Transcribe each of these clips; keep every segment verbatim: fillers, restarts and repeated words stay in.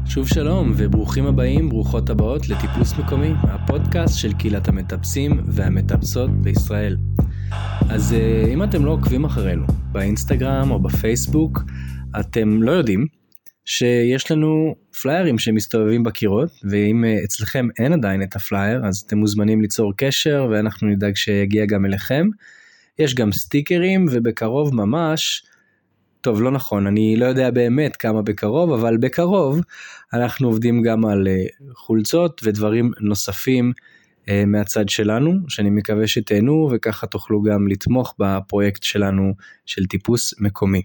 שוב שלום וברוכים הבאים, ברוכות הבאות לטיפוס מקומי, הפודקאסט של קהילת המטפסים והמטפסות בישראל. אז אם אתם לא עוקבים אחרינו באינסטגרם או בפייסבוק, אתם לא יודעים שיש לנו פליירים שמסתובבים בקירות, ואם אצלכם אין עדיין את הפלייר, אז אתם מוזמנים ליצור קשר ואנחנו נדאג שיגיע גם אליכם. יש גם סטיקרים ובקרוב ממש, טוב לא נכון, אני לא יודע באמת כמה בקרוב, אבל בקרוב אנחנו עובדים גם על חולצות ודברים נוספים מהצד שלנו, שאני מקווה שתהנו וככה תוכלו גם לתמוך בפרויקט שלנו של טיפוס מקומי.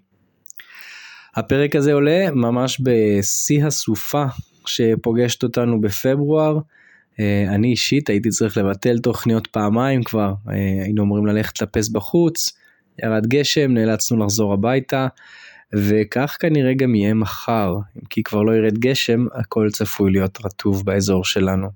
הפרק הזה עולה ממש בשיא הסופה שפוגשת אותנו בפברואר. אני אישית הייתי צריך לבטל תוכניות פעמיים כבר, היינו אמורים ללכת לטפס בחוץ, ירד גשם, נאלצנו לחזור הביתה, וכך כנראה גם יהיה מחר, כי כבר לא ירד גשם, הכל צפוי להיות רטוב באזור שלנו.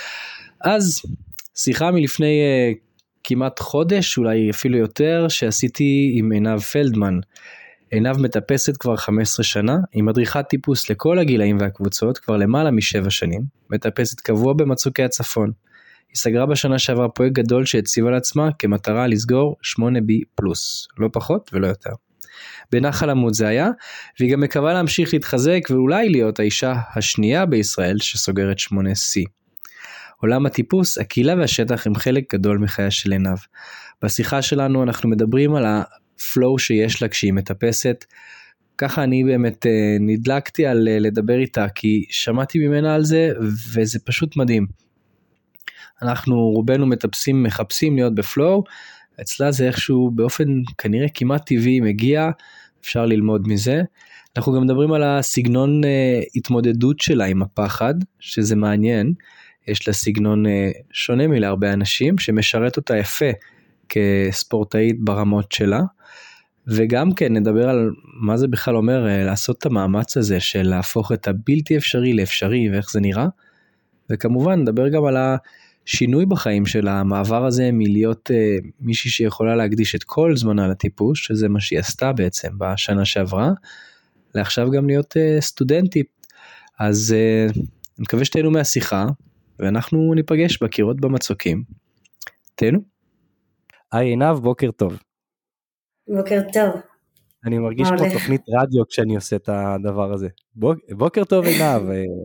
אז שיחה מלפני uh, כמעט חודש, אולי אפילו יותר, שעשיתי עם עינב פלדמן. עינב מטפסת כבר חמש עשרה שנה, היא מדריכת טיפוס לכל הגילאים והקבוצות, כבר למעלה משבע שנים, מטפסת קבוע במצוקי הצפון. היא סגרה בשנה שעברה פרויקט גדול שהציבה לעצמה כמטרה לסגור שמונה בי פלוס, לא פחות ולא יותר. בנחל עמוד זה היה, והיא גם מקווה להמשיך להתחזק ואולי להיות האישה השנייה בישראל שסוגרת שמונה סי. עולם הטיפוס, הקהילה והשטח הם חלק גדול מחייה של עינב. בשיחה שלנו אנחנו מדברים על הפלואו שיש לה כשהיא מטפסת, ככה אני באמת נדלקתי על לדבר איתה, כי שמעתי ממנה על זה וזה פשוט מדהים. אנחנו רובנו מטפסים, מחפשים להיות בפלואו, אצלה זה איכשהו באופן כנראה כמעט טבעי מגיע, אפשר ללמוד מזה. אנחנו גם מדברים על הסגנון uh, התמודדות שלה עם הפחד, שזה מעניין, יש לה סגנון uh, שונה מלהרבה אנשים, שמשרת אותה יפה כספורטאית ברמות שלה, וגם כן נדבר על מה זה בכלל אומר uh, לעשות את המאמץ הזה, של להפוך את הבלתי אפשרי לאפשרי ואיך זה נראה, וכמובן נדבר גם על ה... שינוי בחיים של המעבר הזה מלהיות uh, מישהי שיכולה להקדיש את כל זמנה לטיפוס, שזה מה שהיא עשתה בעצם בשנה שעברה, לעכשיו גם להיות uh, סטודנטית. אז uh, אני מקווה שתהנו מהשיחה, ואנחנו ניפגש בקירות במצוקים. תהנו. היי עינב, בוקר טוב. בוקר טוב. אני מרגיש כמו תוכנית רדיו כשאני עושה את הדבר הזה. בוק, בוקר טוב עינב.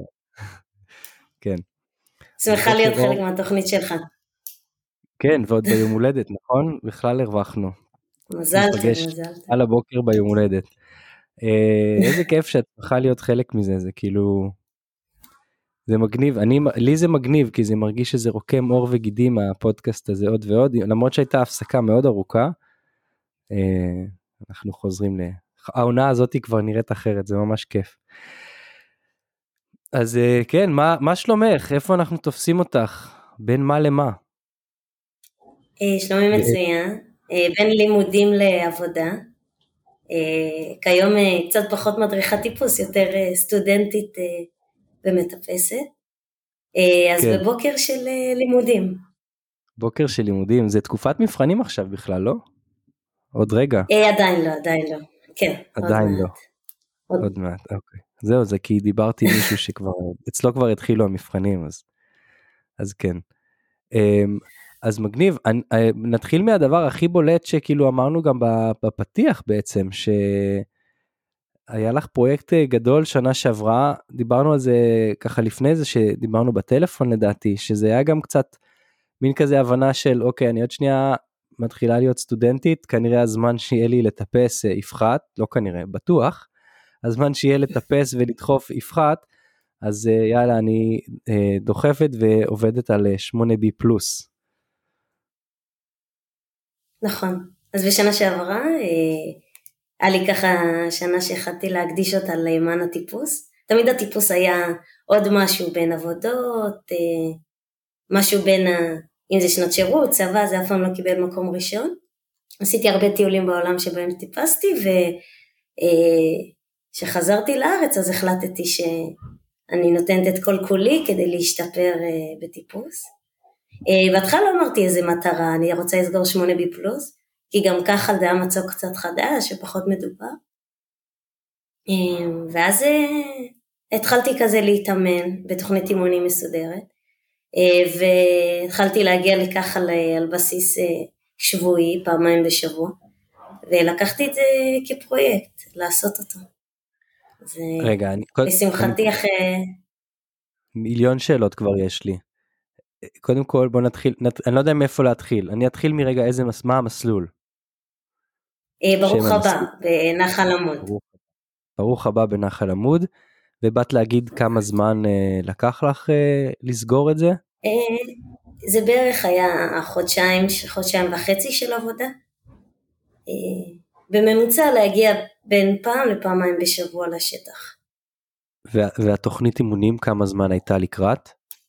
כן. שמחה להיות חלק מהתוכנית שלך. כן, ועוד ביום הולדת, נכון? בכלל הרווחנו. מזל טוב, מזל טוב. על הבוקר ביום הולדת. איזה כיף שאת צריכה להיות חלק מזה, זה כאילו, זה מגניב, אני, לי זה מגניב, כי זה מרגיש שזה רוקם אור וגידים מהפודקאסט הזה עוד ועוד, למרות שהייתה הפסקה מאוד ארוכה, אנחנו חוזרים ל... העונה הזאת כבר נראית אחרת, זה ממש כיף. אז כן, מה, מה שלומך? איפה אנחנו תופסים אותך? בין מה למה? שלומי מצוין, בין לימודים לעבודה, כיום קצת פחות מדריכת טיפוס, יותר סטודנטית ומטפסת, אז כן. בבוקר של לימודים. בוקר של לימודים, זה תקופת מבחנים עכשיו בכלל, לא? עוד רגע. עדיין לא, עדיין לא, כן. עדיין לא, עוד, עוד מעט, אוקיי. זהו, זה כי דיברתי עם מישהו שכבר, אצלו כבר התחילו המבחנים, אז, אז כן. אז מגניב, נתחיל מהדבר הכי בולט שכאילו אמרנו גם בפתיח בעצם, שהיה לך פרויקט גדול שנה שעברה, דיברנו על זה ככה לפני זה, שדיברנו בטלפון לדעתי, שזה היה גם קצת מין כזה הבנה של, אוקיי, אני עוד שנייה מתחילה להיות סטודנטית, כנראה הזמן שיהיה לי לטפס יפחת, לא כנראה, בטוח, הזמן שיהיה לטפס ולדחוף יפחת, אז יאללה, אני דוחפת ועובדת על שמונה בי פלוס. נכון, אז בשנה שעברה, היה לי ככה שנה שהחלטתי להקדיש אותה למען הטיפוס, תמיד הטיפוס היה עוד משהו בין עבודות, משהו בין, אם זה שנות שירות, צבא, זה אף פעם לא קיבל מקום ראשון, עשיתי הרבה טיולים בעולם שבהם טיפסתי, וכשחזרתי לארץ אז החלטתי שאני נותנת את כל כולי כדי להשתפר בטיפוס, בהתחלה לא אמרתי איזה מטרה, אני רוצה לסגור שמונה בי פלוס, כי גם ככה זה היה מצוק קצת חדש ופחות מדובר, ואז התחלתי כזה להתאמן בתוכנית אימונים מסודרת, והתחלתי להגיע לכך על, על בסיס שבועי, פעמיים בשבוע, ולקחתי את זה כפרויקט, לעשות אותו. זה, רגע, אני... לשמחתי אחרי... מיליון שאלות כבר יש לי. קודם כל בוא נתחיל, נת... אני לא יודע מאיפה להתחיל, אני אתחיל מרגע איזה, מה המסלול? ברוך הבא, בנחל עמוד. ברוך, ברוך הבא בנחל עמוד, ובאת להגיד כמה זמן אה, לקח לך אה, לסגור את זה? אה, זה בערך היה חודשיים, חודשיים וחצי של עבודה. אה, בממוצע להגיע בין פעם לפעמיים בשבוע לשטח. וה, והתוכנית אימונים כמה זמן הייתה לקראת?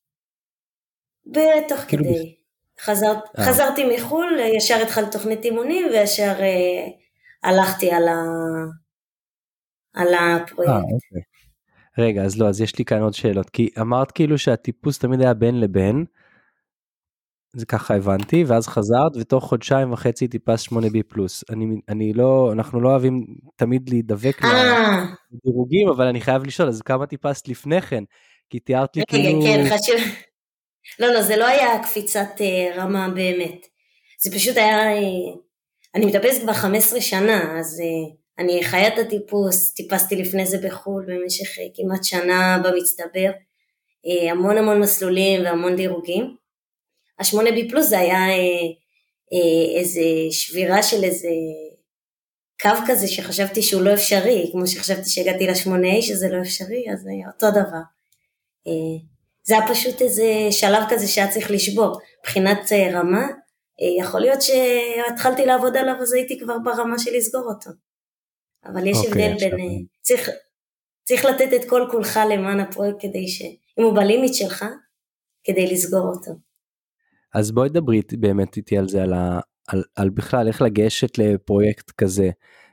בתוך כאילו כדי. חזרת, חזרתי מחול, ישר התחלתי תוכנית אימונים, וישר אה, הלכתי על, ה, על הפרויקט. אה, אוקיי. רגע, אז לא, אז יש לי כאן עוד שאלות, כי אמרת כאילו שהטיפוס תמיד היה בין לבין, זה ככה הבנתי, ואז חזרת, ותוך חודשיים וחצי טיפס שמונה בי פלוס. אני, אני לא, אנחנו לא אוהבים תמיד להידבק לדירוגים, אבל אני חייב לשאול, אז כמה טיפסת לפני כן? כי תיארת לי כאילו... כן, חשוב. לא, לא, זה לא היה קפיצת רמה באמת. זה פשוט היה, אני מטפסת כבר חמש עשרה שנה, אז אני חיית הטיפוס, טיפסתי לפני זה בחול במשך כמעט שנה במצטבר, המון המון מסלולים והמון דירוגים. השמונה בי פלוס זה היה איזה שבירה של איזה קו כזה שחשבתי שהוא לא אפשרי, כמו שחשבתי שהגעתי לשמונה איי שזה לא אפשרי, אז זה אותו דבר. זה היה פשוט איזה שלב כזה שהיה צריך לשבור, מבחינת רמה, יכול להיות שהתחלתי לעבוד עליו, אז הייתי כבר ברמה של לסגור אותו. אבל יש okay, הבדל בין, צריך, צריך לתת את כל כולך למען הפרויקט, כדי ש, אם הוא בלימיט שלך, כדי לסגור אותו. אז בואי דברי באמת איתי על זה, על, ה, על, על בכלל, איך לגשת לפרויקט כזה,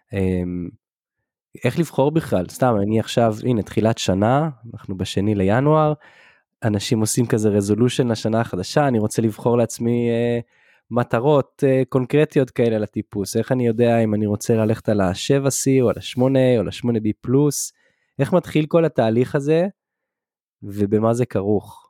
איך לבחור בכלל, סתם, אני עכשיו, הנה, תחילת שנה, אנחנו בשני לינואר, אנשים עושים כזה רזולושן לשנה החדשה, אני רוצה לבחור לעצמי אה, מטרות אה, קונקרטיות כאלה לטיפוס, איך אני יודע אם אני רוצה ללכת על ה-שבע סי או על ה-שמונה או על ה-שמונה בי פלוס, איך מתחיל כל התהליך הזה, ובמה זה כרוך?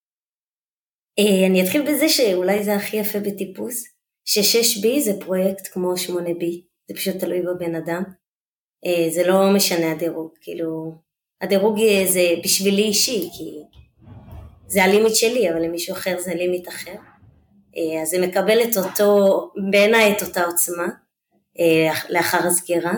אני אתחיל בזה שאולי זה הכי יפה בטיפוס, ש-שש בי זה פרויקט כמו שמונה בי, זה פשוט תלוי בבן אדם, זה לא משנה הדירוג, כאילו, הדירוג זה בשבילי אישי, כי זה הלימיט שלי, אבל למישהו אחר זה לימיט אחר, אז זה מקבל את אותו, בעיניי את אותה עוצמה, לאחר הסגירה,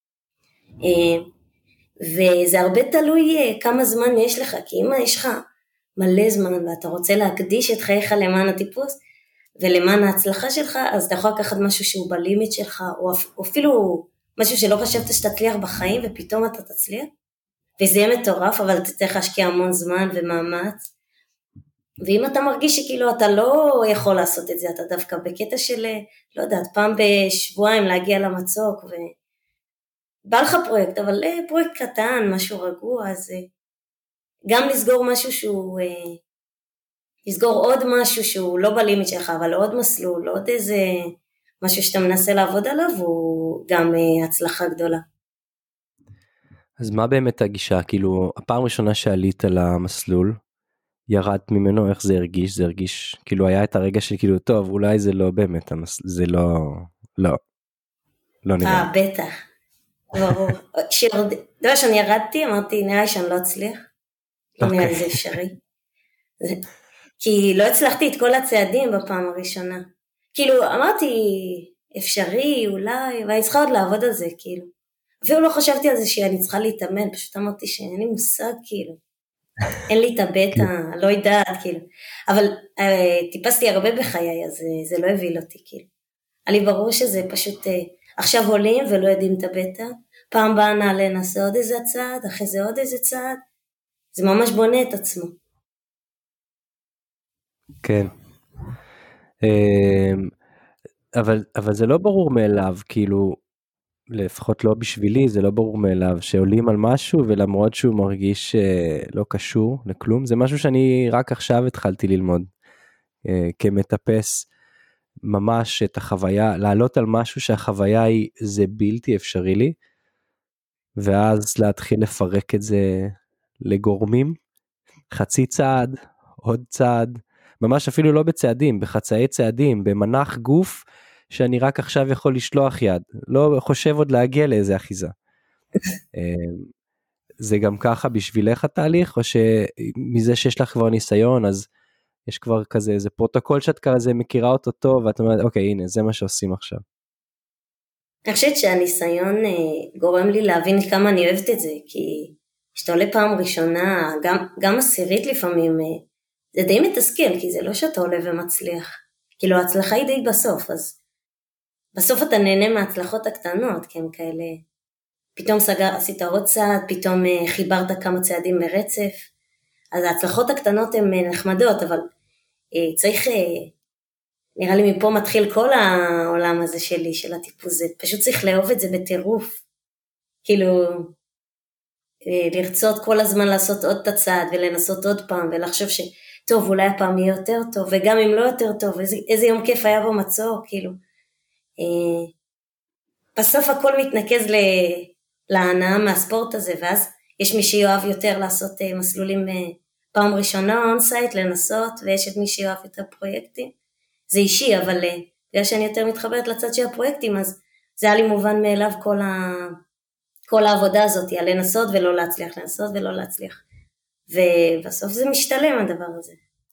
וזה הרבה תלוי כמה זמן יש לך, כי אם יש לך מלא זמן, ואתה רוצה להקדיש את חייך למען הטיפוס, ולמען ההצלחה שלך, אז אתה יכול לקחת משהו שהוא בלימיט שלך, או אפילו משהו שלא חשבת שתצליח בחיים, ופתאום אתה תצליח, וזה יהיה מטורף, אבל אתה צריך להשקיע המון זמן ומאמץ, ואם אתה מרגיש שכאילו אתה לא יכול לעשות את זה, אתה דווקא בקטע של, לא יודעת, פעם בשבועיים להגיע למצוק, ובא לך פרויקט, אבל פרויקט קטן, משהו רגוע, אז גם לסגור משהו שהוא, לסגור עוד משהו שהוא לא בלימיט שלך, אבל עוד מסלול, עוד איזה משהו שאתה מנסה לעבוד עליו, הוא גם הצלחה גדולה. אז מה באמת הגישה? כאילו, הפעם הראשונה שעלית על המסלול, ירדת ממנו, איך זה הרגיש? זה הרגיש, כאילו היה את הרגע שכאילו, טוב, אולי זה לא באמת, זה לא, לא, לא נראה. אה, בטח, ברור. דבר שאני ירדתי, אמרתי, נראה שאני לא אצליח, לא נראה לי זה אפשרי. כי לא הצלחתי את כל הצעדים בפעם הראשונה. כאילו, אמרתי, אפשרי, אולי, ואני צריכה עוד לעבוד על זה, כאילו. אפילו לא חשבתי על זה שאני צריכה להתאמן, פשוט אמרתי שאין לי מושג, כאילו. אין לי את הבטא, לא יודעת, כאילו. אבל אה, טיפסתי הרבה בחיי, אז זה לא הביל אותי, כאילו. היה לי ברור שזה פשוט, אה, עכשיו עולים ולא יודעים את הבטא, פעם באה נעלה, נעשה עוד איזה צעד, אחרי זה עוד איזה צעד, זה ממש בונה את עצמו. כן. אבל, אבל זה לא ברור מאליו, כאילו, לפחות לא בשבילי, זה לא ברור מאליו, שעולים על משהו, ולמרות שהוא מרגיש לא קשור לכלום, זה משהו שאני רק עכשיו התחלתי ללמוד, כמטפס ממש את החוויה, לעלות על משהו שהחוויה היא, זה בלתי אפשרי לי, ואז להתחיל לפרק את זה לגורמים, חצי צעד, עוד צעד, ממש אפילו לא בצעדים, בחצאי צעדים, במנח גוף, שאני רק עכשיו יכול לשלוח יד, לא חושב עוד להגיע לאיזה אחיזה. זה גם ככה בשבילך התהליך, או שמזה שיש לך כבר ניסיון, אז יש כבר כזה איזה פרוטוקול שאת כזה מכירה אותו טוב, ואת אומרת, אוקיי, הנה, זה מה שעושים עכשיו. אני חושבת שהניסיון גורם לי להבין כמה אני אוהבת את זה, כי כשאתה עולה פעם ראשונה, גם, גם עשירית לפעמים, זה די מתסכל, כי זה לא שאתה עולה ומצליח. כאילו ההצלחה היא די בסוף, אז בסוף אתה נהנה מההצלחות הקטנות, כי הם כאלה, פתאום סגר, עשית עוד צעד, פתאום חיברת כמה צעדים מרצף, אז ההצלחות הקטנות הן נחמדות, אבל צריך, נראה לי מפה מתחיל כל העולם הזה שלי, של הטיפוס, זה פשוט צריך לאהוב את זה בטירוף, כאילו, לרצות כל הזמן לעשות עוד את הצעד, ולנסות עוד פעם, ולחשוב שטוב, אולי הפעם יהיה יותר טוב, וגם אם לא יותר טוב, איזה, איזה יום כיף היה במצור, כאילו, בסוף הכל מתנקז ל... להנאה מהספורט הזה, ואז יש מי שיואב יותר לעשות מסלולים פעם ראשונה און סייט, לנסות, ויש את מי שיואב יותר פרויקטים, זה אישי, אבל בגלל שאני יותר מתחברת לצד של הפרויקטים, אז זה היה לי מובן מאליו כל, ה... כל העבודה הזאת, על לנסות ולא להצליח, לנסות ולא להצליח, ובסוף זה משתלם הדבר הזה.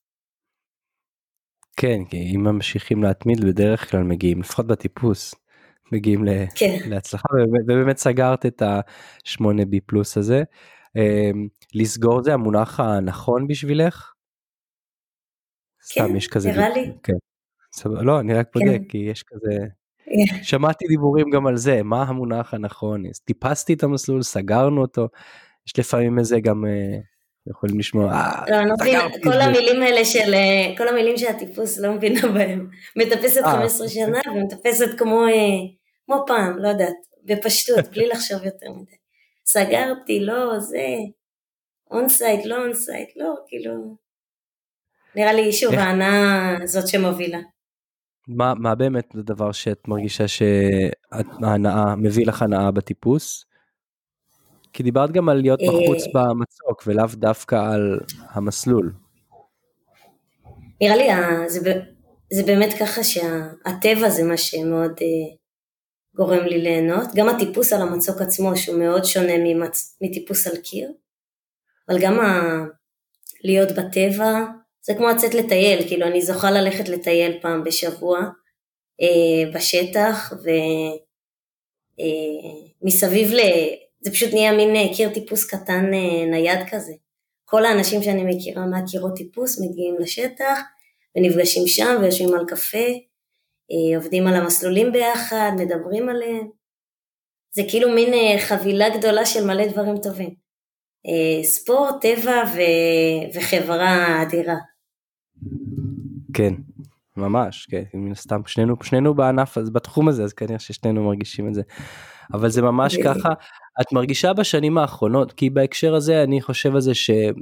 כן, כי אם ממשיכים להתמיד, בדרך כלל מגיעים, לפחות בטיפוס, מגיעים כן. להצלחה, ובאמת סגרת את ה-שמונה בי פלוס הזה. לסגור זה המונח הנכון בשבילך? כן, סתם יש כזה. נראה לי. כן. לא, אני רק בודק, כי יש כזה, שמעתי דיבורים גם על זה, מה המונח הנכון, טיפסתי את המסלול, סגרנו אותו, יש לפעמים איזה גם, יכולים לשמוע, כל המילים האלה של, כל המילים שהטיפוס לא מבינה בהם, מטפסת חמש עשרה שנה, ומטפסת כמו, כמו פעם, לא יודעת, בפשטות, בלי לחשוב יותר מדי. סגרתי, לא, זה, און סייט, לא און סייט, לא, כאילו, נראה לי שוב, הענה זאת שמובילה. מה, מה באמת הדבר שאת מרגישה שההנאה, מביא לך הנאה בטיפוס? כי דיברת גם על להיות בחוץ במצוק, ולאו דווקא על המסלול. נראה לי, זה, זה באמת ככה שהטבע זה מה שמאוד גורם לי ליהנות, גם הטיפוס על המצוק עצמו, שהוא מאוד שונה ממצ... מטיפוס על קיר, אבל גם ה... להיות בטבע, זה כמו לצאת לטייל, כאילו אני זוכה ללכת לטייל פעם בשבוע, אה, בשטח, ומסביב אה, ל... זה פשוט נהיה מין קיר טיפוס קטן אה, נייד כזה, כל האנשים שאני מכירה מהקירות טיפוס, מגיעים לשטח, ונפגשים שם, ויושבים על קפה, עובדים על המסלולים ביחד, מדברים עליהם, זה כאילו מין חבילה גדולה של מלא דברים טובים, ספורט, טבע ו- וחברה אדירה. כן, ממש, כן, סתם שנינו, שנינו בענף, אז בתחום הזה, אז כנראה ששנינו מרגישים את זה, אבל זה ממש ככה, את מרגישה בשנים האחרונות, כי בהקשר הזה אני חושב על זה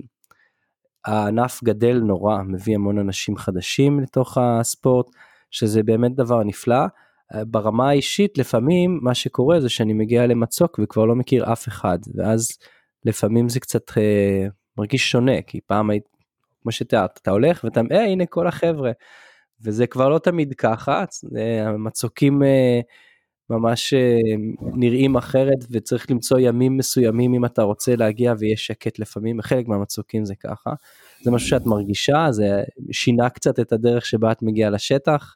שהענף גדל נורא, מביא המון אנשים חדשים לתוך הספורט, שזה באמת דבר נפלא. ברמה האישית לפעמים מה שקורה זה שאני מגיע למצוק וכבר לא מכיר אף אחד, ואז לפעמים זה קצת אה, מרגיש שונה, כי פעם היית, כמו שתיארת, אתה הולך ואתה, אה הנה כל החבר'ה, וזה כבר לא תמיד ככה, המצוקים אה, ממש אה, נראים אחרת, וצריך למצוא ימים מסוימים אם אתה רוצה להגיע ויש שקט לפעמים, חלק מהמצוקים זה ככה, זה משהו שאת מרגישה, זה שינה קצת את הדרך שבה את מגיעה לשטח?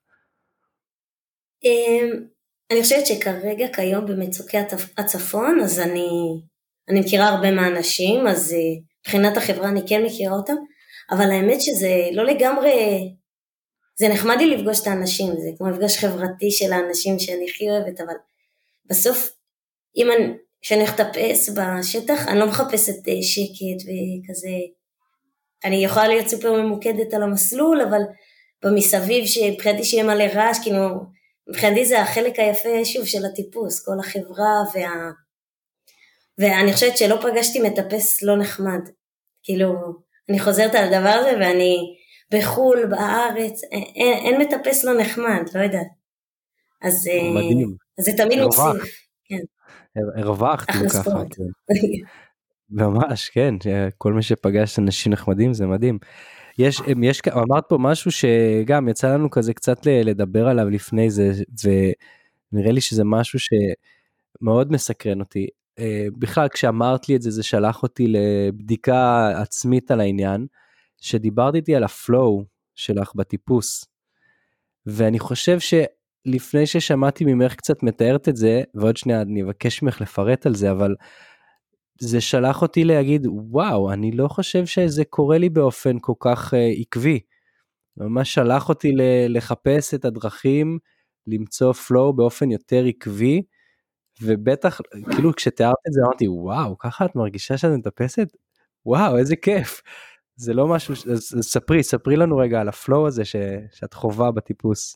אני חושבת שכרגע כיום במצוקי הצפון, אז אני, אני מכירה הרבה מהאנשים, אז מבחינת החברה אני כן מכירה אותם, אבל האמת שזה לא לגמרי, זה נחמד לי לפגוש את האנשים, זה כמו מפגש חברתי של האנשים שאני הכי אוהבת, אבל בסוף, אם אני, כשאני אטפס בשטח, אני לא מחפשת שקט וכזה, אני יכולה להיות סופר ממוקדת על המסלול, אבל במסביב שבחינתי שיהיה מלא רעש, כאילו, מבחינתי זה החלק היפה שוב של הטיפוס, כל החברה, וה... ואני חושבת שלא פגשתי מטפס לא נחמד, כאילו, אני חוזרת על הדבר הזה, ואני בחול, בארץ, אין, אין מטפס לא נחמד, לא יודעת. אז, מדהים. אז זה תמיד מוסיף. כן. הרווחת ככה. ממש, כן, כל מי שפגש אנשים נחמדים זה מדהים. יש, יש, אמרת פה משהו שגם יצא לנו כזה קצת לדבר עליו לפני זה, ונראה לי שזה משהו שמאוד מסקרן אותי. בכלל, כשאמרת לי את זה, זה שלח אותי לבדיקה עצמית על העניין, שדיברתי איתי על הפלואו שלך בטיפוס, ואני חושב שלפני ששמעתי ממך קצת מתארת את זה, ועוד שנייה אני אבקש ממך לפרט על זה, אבל זה שלח אותי להגיד, וואו, אני לא חושב שזה קורה לי באופן כל כך uh, עקבי, ממש שלח אותי לחפש את הדרכים, למצוא פלואו באופן יותר עקבי, ובטח, כאילו כשתיארת את זה, אמרתי, וואו, ככה את מרגישה שאת מטפסת? וואו, איזה כיף. זה לא משהו, אז ספרי, ספרי לנו רגע על הפלואו הזה ש, שאת חובה בטיפוס.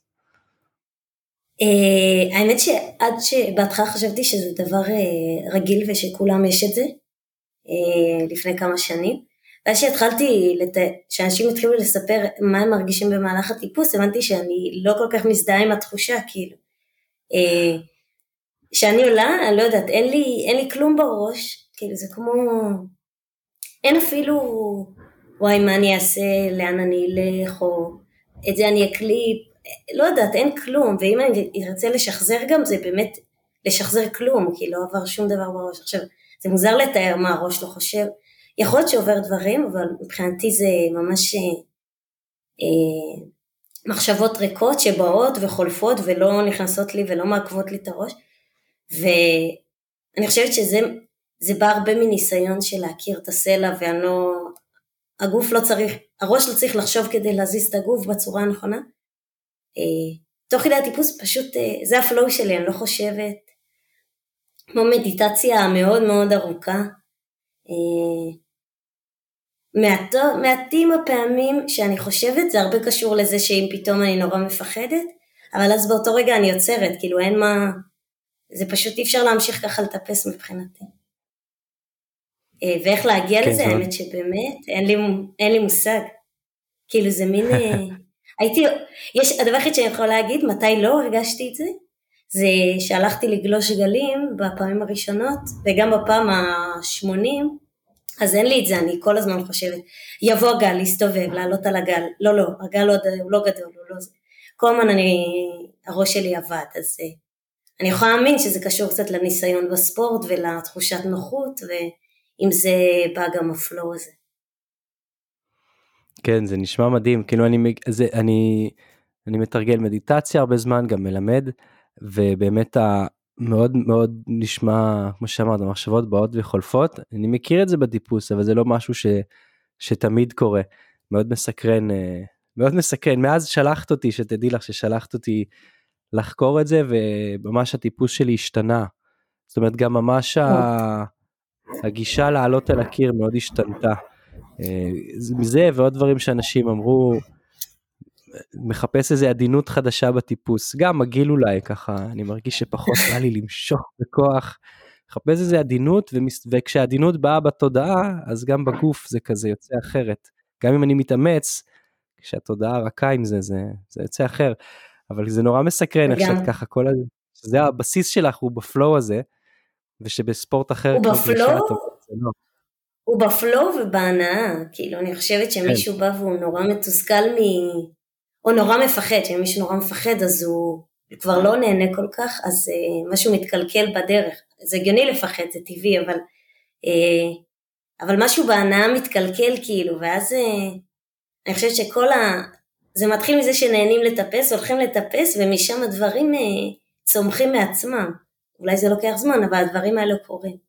Uh, האמת שעד שבהתחלה חשבתי שזה דבר uh, רגיל ושכולם יש את זה, uh, לפני כמה שנים, ואז שהתחלתי, לת... שאנשים התחילו לספר מה הם מרגישים במהלך הטיפוס, הבנתי שאני לא כל כך מזדהה עם התחושה, כאילו, uh, שאני עולה, אני לא יודעת, אין לי, אין לי כלום בראש, כאילו זה כמו, אין אפילו, וואי מה אני אעשה, לאן אני אלך, או את זה אני אקליפ, לא יודעת, אין כלום, ואם אני ארצה לשחזר גם, זה באמת לשחזר כלום, כי לא עבר שום דבר בראש. עכשיו, זה מוזר לתאר מה הראש לא חושב, יכול להיות שעובר דברים, אבל מבחינתי זה ממש אה, מחשבות ריקות שבאות וחולפות, ולא נכנסות לי ולא מעכבות לי את הראש, ואני חושבת שזה זה בא הרבה מניסיון של להכיר את הסלע, ואני לא, הגוף לא צריך, הראש לא צריך לחשוב כדי להזיז את הגוף בצורה הנכונה, תוך כדי הטיפוס פשוט, זה הפלואו שלי, אני לא חושבת, כמו מדיטציה מאוד מאוד ארוכה, מעטים הפעמים שאני חושבת, זה הרבה קשור לזה שאם פתאום אני נורא מפחדת, אבל אז באותו רגע אני יוצרת, כאילו אין מה, זה פשוט אי אפשר להמשיך ככה לטפס מבחינתי. ואיך להגיע כן, לזה, זאת. האמת שבאמת, אין לי, אין לי מושג, כאילו זה מין... הייתי, יש, הדבר הכי שאני יכולה להגיד, מתי לא הרגשתי את זה, זה שהלכתי לגלוש גלים בפעמים הראשונות, וגם בפעם ה-שמונים, אז אין לי את זה, אני כל הזמן חושבת, יבוא הגל, להסתובב, לעלות על הגל, לא, לא, הגל לא, הוא לא גדול, הוא לא זה, כל הזמן אני, הראש שלי עבד, אז אני יכולה להאמין שזה קשור קצת לניסיון בספורט, ולתחושת נוחות, ואם זה בא גם הפלואו הזה. כן, זה נשמע מדהים, כאילו אני, זה, אני, אני מתרגל מדיטציה הרבה זמן, גם מלמד, ובאמת מאוד מאוד נשמע, כמו שאמרת, המחשבות באות וחולפות, אני מכיר את זה בטיפוס, אבל זה לא משהו ש, שתמיד קורה, מאוד מסקרן, מאוד מסקרן, מאז שלחת אותי, שתדעי לך ששלחת אותי לחקור את זה, וממש הטיפוס שלי השתנה, זאת אומרת גם ממש הגישה לעלות על הקיר מאוד השתנתה, מזה ועוד דברים שאנשים אמרו, מחפש איזו עדינות חדשה בטיפוס, גם מגיל אולי ככה, אני מרגיש שפחות בא לי למשוך בכוח, מחפש איזו עדינות, וכשהעדינות באה בתודעה, אז גם בגוף זה כזה יוצא אחרת, גם אם אני מתאמץ, כשהתודעה רכה עם זה, זה, זה יוצא אחר, אבל זה נורא מסקרן, איך שאת ככה כל הזה, שזה הבסיס שלך, הוא בפלואו הזה, ושבספורט אחר, הוא בפלואו? הוא בפלואו ובהנאה, כאילו אני חושבת שמישהו כן. בא והוא נורא מתוסכל מ... או נורא מפחד, שמישהו נורא מפחד אז הוא כבר לא נהנה כל כך, אז uh, משהו מתקלקל בדרך, זה הגיוני לפחד, זה טבעי, אבל, uh, אבל משהו בהנאה מתקלקל כאילו, ואז uh, אני חושבת שכל ה... זה מתחיל מזה שנהנים לטפס, הולכים לטפס, ומשם הדברים uh, צומחים מעצמם, אולי זה לוקח זמן, אבל הדברים האלה קורים.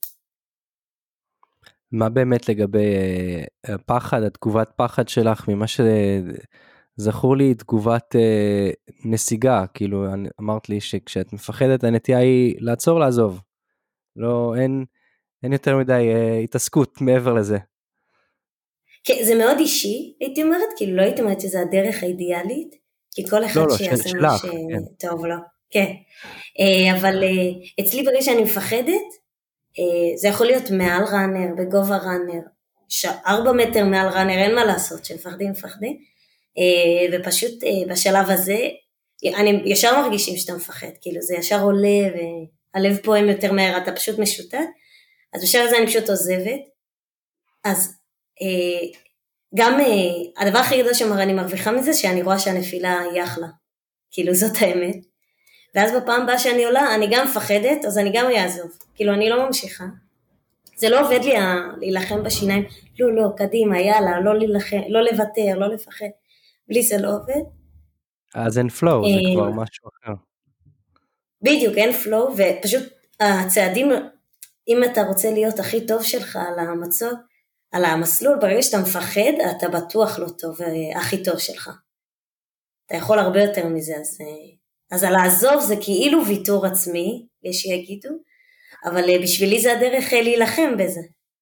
מה באמת לגבי הפחד, התגובת פחד שלך, ממה שזכור לי תגובת נסיגה, כאילו אמרת לי שכשאת מפחדת הנטייה היא לעצור לעזוב, לא, אין, אין יותר מדי התעסקות מעבר לזה. כן, זה מאוד אישי, הייתי אומרת, כאילו לא הייתי אומרת שזה הדרך האידיאלית, כי כל אחד לא, שיעשה לא, מה שטוב לו, כן, אבל אצלי ברגע שאני מפחדת, זה יכול להיות מעל ראנר, בגובה ראנר, ארבע מטר מעל ראנר, אין מה לעשות, שמפחדים מפחדים, ופשוט בשלב הזה, אני ישר מרגישים שאתה מפחד, כאילו זה ישר עולה, והלב פועם יותר מהר, אתה פשוט משוטט, אז בשלב הזה אני פשוט עוזבת, אז אה, גם אה, הדבר הכי גדול שאני מרוויחה מזה, שאני רואה שהנפילה היא אחלה, כאילו זאת האמת, ואז בפעם הבאה שאני עולה, אני גם מפחדת, אז אני גם אעזוב, כאילו אני לא ממשיכה, זה לא עובד לי להילחם בשיניים, לא לא, קדימה, יאללה, לא להילחם, לא לוותר, לא לפחד, בלי זה לא עובד. אז אין פלואו, זה כבר משהו אחר. בדיוק, אין פלואו, ופשוט הצעדים, אם אתה רוצה להיות הכי טוב שלך על המצוק, על המסלול, ברגע שאתה מפחד, אתה בטוח לא טוב, הכי טוב שלך. אתה יכול הרבה יותר מזה, אז, אז על לעזוב זה כאילו ויתור עצמי, יש שיגידו, אבל בשבילי זה הדרך להילחם בזה.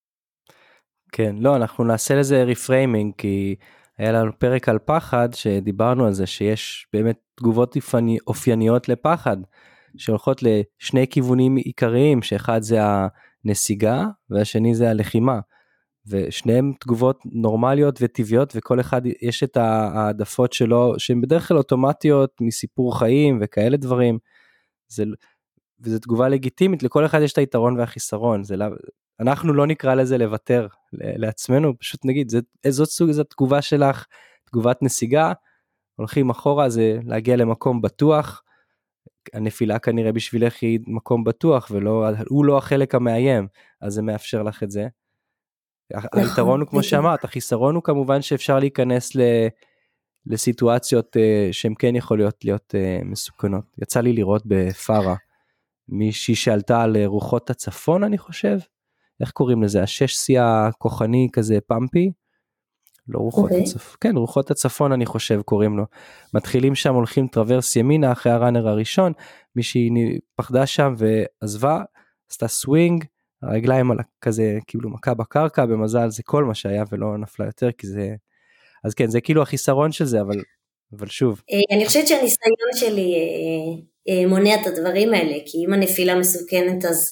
כן, לא, אנחנו נעשה לזה ריפריימינג, כי היה לנו פרק על פחד, שדיברנו על זה, שיש באמת תגובות אופייניות לפחד, שהולכות לשני כיוונים עיקריים, שאחד זה הנסיגה, והשני זה הלחימה, ושניהם תגובות נורמליות וטבעיות, וכל אחד יש את העדפות שלו, שהן בדרך כלל אוטומטיות מסיפור חיים וכאלה דברים, זה, וזו תגובה לגיטימית, לכל אחד יש את היתרון והחיסרון, זה לא, אנחנו לא נקרא לזה לוותר לעצמנו, פשוט נגיד, זה, זאת סוג, זו תגובה שלך, תגובת נסיגה, הולכים אחורה, זה להגיע למקום בטוח, הנפילה כנראה בשבילך היא מקום בטוח, ולא, הוא לא החלק המאיים, אז זה מאפשר לך את זה. היתרון הוא כמו שאמרת, החיסרון הוא כמובן שאפשר להיכנס ל, לסיטואציות שהן כן יכולות להיות מסוכנות. יצא לי לראות בפארה, מישהי שעלתה על רוחות הצפון אני חושב, איך קוראים לזה? השש סי הכוחני כזה פמפי? לא רוחות okay. הצפון, כן רוחות הצפון אני חושב קוראים לו, מתחילים שם הולכים טרוורס ימינה אחרי הראנר הראשון, מישהי פחדה שם ועזבה, עשתה סווינג, הרגליים על כזה כאילו מכה בקרקע, במזל זה כל מה שהיה ולא נפלה יותר, כי זה, אז כן זה כאילו החיסרון של זה, אבל, אבל שוב. אני חושבת שהניסיון שלי מונע את הדברים האלה, כי אם הנפילה מסוכנת אז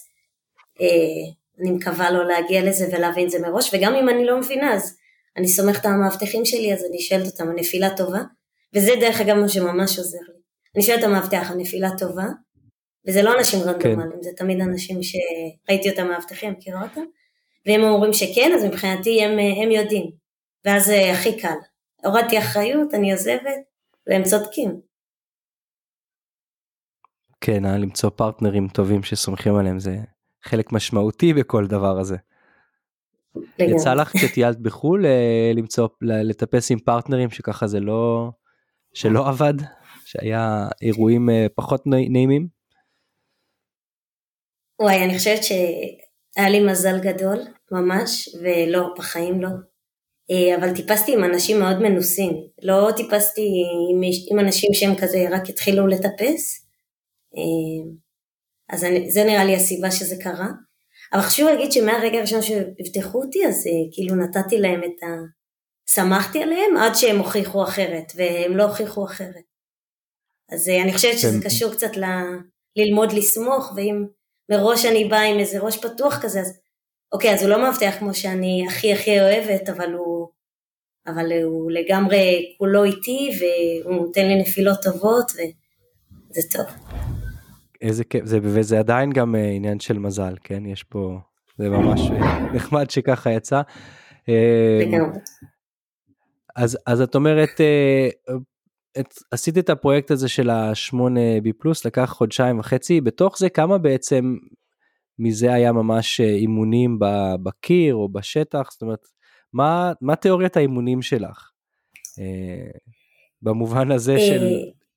אני מקווה לא להגיע לזה ולהבין זה מראש, וגם אם אני לא מבינה אז אני סומכת את המאבטחים שלי, אז אני שואלת אותם, הנפילה טובה, וזה דרך אגב מה שממש עוזר לי. אני שואלת את המאבטח, הנפילה טובה, וזה לא אנשים רנדומליים, כן. זה תמיד אנשים שראיתי אותם מאבטחים, מכירה אותם, והם אומרים שכן, אז מבחינתי הם, הם יודעים, ואז זה הכי קל. הורדתי אחריות, אני עוזבת, והם צודקים. כן, למצוא פרטנרים טובים שסומכים עליהם, זה חלק משמעותי בכל דבר הזה. לגמרי. יצא לך כשטיילת בחול למצוא, לטפס עם פרטנרים שככה זה לא, שלא עבד, שהיה אירועים פחות נעימים? וואי, אני חושבת שהיה לי מזל גדול, ממש, ולא, בחיים לא. אבל טיפסתי עם אנשים מאוד מנוסים, לא טיפסתי עם, עם אנשים שהם כזה רק התחילו לטפס, אז אני, זה נראה לי הסיבה שזה קרה. אבל חשוב להגיד שמהרגע הראשון שהבטחו אותי, אז כאילו נתתי להם את ה... שמחתי עליהם עד שהם הוכיחו אחרת, והם לא הוכיחו אחרת. אז אני חושבת שזה קשור קצת ל... ללמוד לסמוך, ואם מראש אני באה עם איזה ראש פתוח כזה, אז אוקיי, אז הוא לא מבטיח כמו שאני הכי הכי אוהבת, אבל הוא, אבל הוא לגמרי כולו איתי, והוא נותן לי נפילות טובות, וזה טוב. איזה כיף, זה, וזה עדיין גם עניין של מזל, כן? יש פה, זה ממש נחמד שככה יצא. לגמרי. אז, אז את אומרת, את, עשית את הפרויקט הזה של השמונה בי פלוס, לקח חודשיים וחצי, בתוך זה כמה בעצם מזה היה ממש אימונים בקיר או בשטח, זאת אומרת, מה, מה תיאוריית האימונים שלך? במובן הזה של...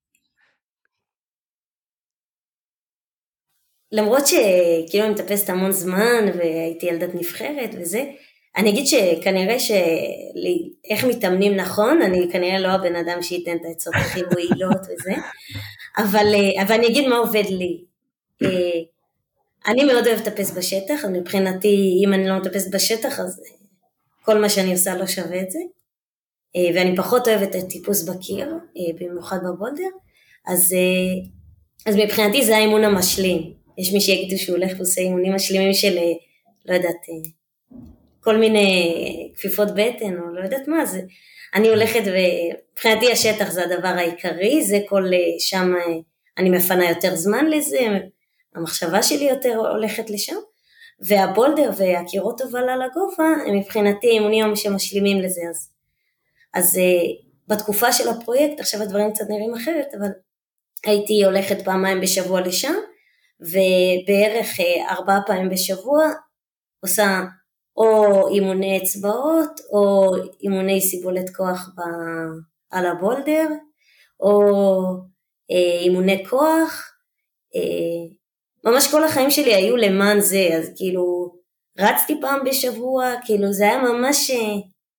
למרות שכאילו אני מטפסת המון זמן, והייתי ילדת נבחרת וזה, אני אגיד שכנראה שאיך מתאמנים נכון, אני כנראה לא הבן אדם שייתן את העצות הכי מועילות וזה, אבל, אבל אני אגיד מה עובד לי. אני מאוד אוהב לטפס בשטח, אז מבחינתי אם אני לא מטפסת בשטח, אז כל מה שאני עושה לא שווה את זה, ואני פחות אוהבת את טיפוס בקיר, במיוחד בבולדר, אז, אז מבחינתי זה האימון המשלים. יש מי שיגידו שהוא הולך ועושה אימונים משלימים של, לא יודעת, כל מיני כפיפות בטן, או לא יודעת מה, זה, אני הולכת ובחינתי השטח זה הדבר העיקרי, זה כל שם, אני מפנה יותר זמן לזה, המחשבה שלי יותר הולכת לשם, והבולדר והקירות הובלה לגובה, הם מבחינתי אימונים שמשלימים לזה. אז, אז בתקופה של הפרויקט, עכשיו הדברים קצת נראים אחרת, אבל הייתי הולכת פעמיים בשבוע לשם, ובערך ארבעה פעמים בשבוע, עושה או אימוני אצבעות, או אימוני סיבולת כוח ב, על הבולדר, או אה, אימוני כוח, אה, ממש כל החיים שלי היו למען זה, אז כאילו רצתי פעם בשבוע, כאילו זה היה ממש אה,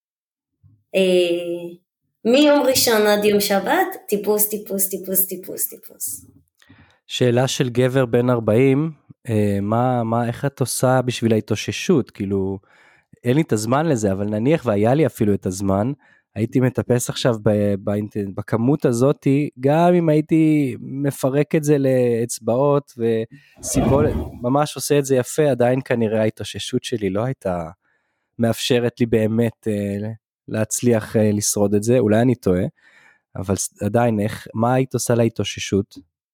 אה, מיום ראשון עד יום שבת, טיפוס, טיפוס, טיפוס, טיפוס, טיפוס. שאלה של גבר בן ארבעים, אה, מה, מה, איך את עושה בשביל ההתאוששות? כאילו, אין לי את הזמן לזה, אבל נניח והיה לי אפילו את הזמן, הייתי מטפס עכשיו בכמות הזאת, גם אם הייתי מפרק את זה לאצבעות וסיבולת, ממש עושה את זה יפה, עדיין כנראה ההתאוששות שלי לא הייתה מאפשרת לי באמת להצליח לשרוד את זה, אולי אני טועה, אבל עדיין, איך, מה היית עושה להתאוששות?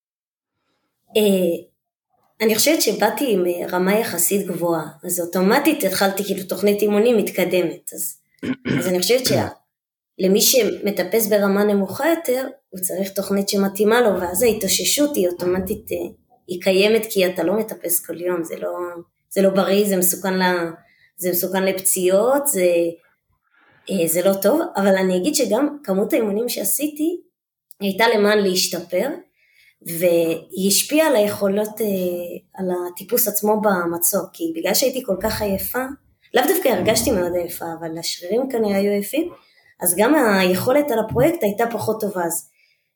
אני חושבת שבאתי עם רמה יחסית גבוהה, אז אוטומטית התחלתי כאילו תוכנית אימונים מתקדמת, אז, אז אני חושבת שלמי שמטפס ברמה נמוכה יותר, הוא צריך תוכנית שמתאימה לו, ואז ההתאוששות היא אוטומטית, היא קיימת כי אתה לא מטפס כל יום, זה לא, זה לא בריא, זה מסוכן, לה, זה מסוכן לפציעות, זה, זה לא טוב, אבל אני אגיד שגם כמות האימונים שעשיתי, הייתה למען להשתפר, והיא השפיעה על היכולות, על הטיפוס עצמו במצוק, כי בגלל שהייתי כל כך עייפה, לאו דווקא הרגשתי מאוד עייפה, אבל השרירים כנראה היו עייפים, אז גם היכולת על הפרויקט הייתה פחות טובה, אז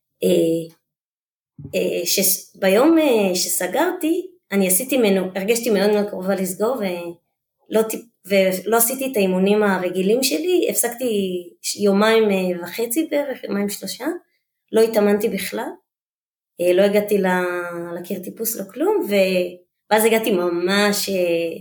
ביום שסגרתי, אני עשיתי מנו, הרגשתי מאוד מאוד קרובה לסגור, ולא, ולא עשיתי את האימונים הרגילים שלי, הפסקתי יומיים וחצי בערך, יומיים שלושה, לא התאמנתי בכלל, לא הגעתי לקיר טיפוס לא כלום, ואז הגעתי ממש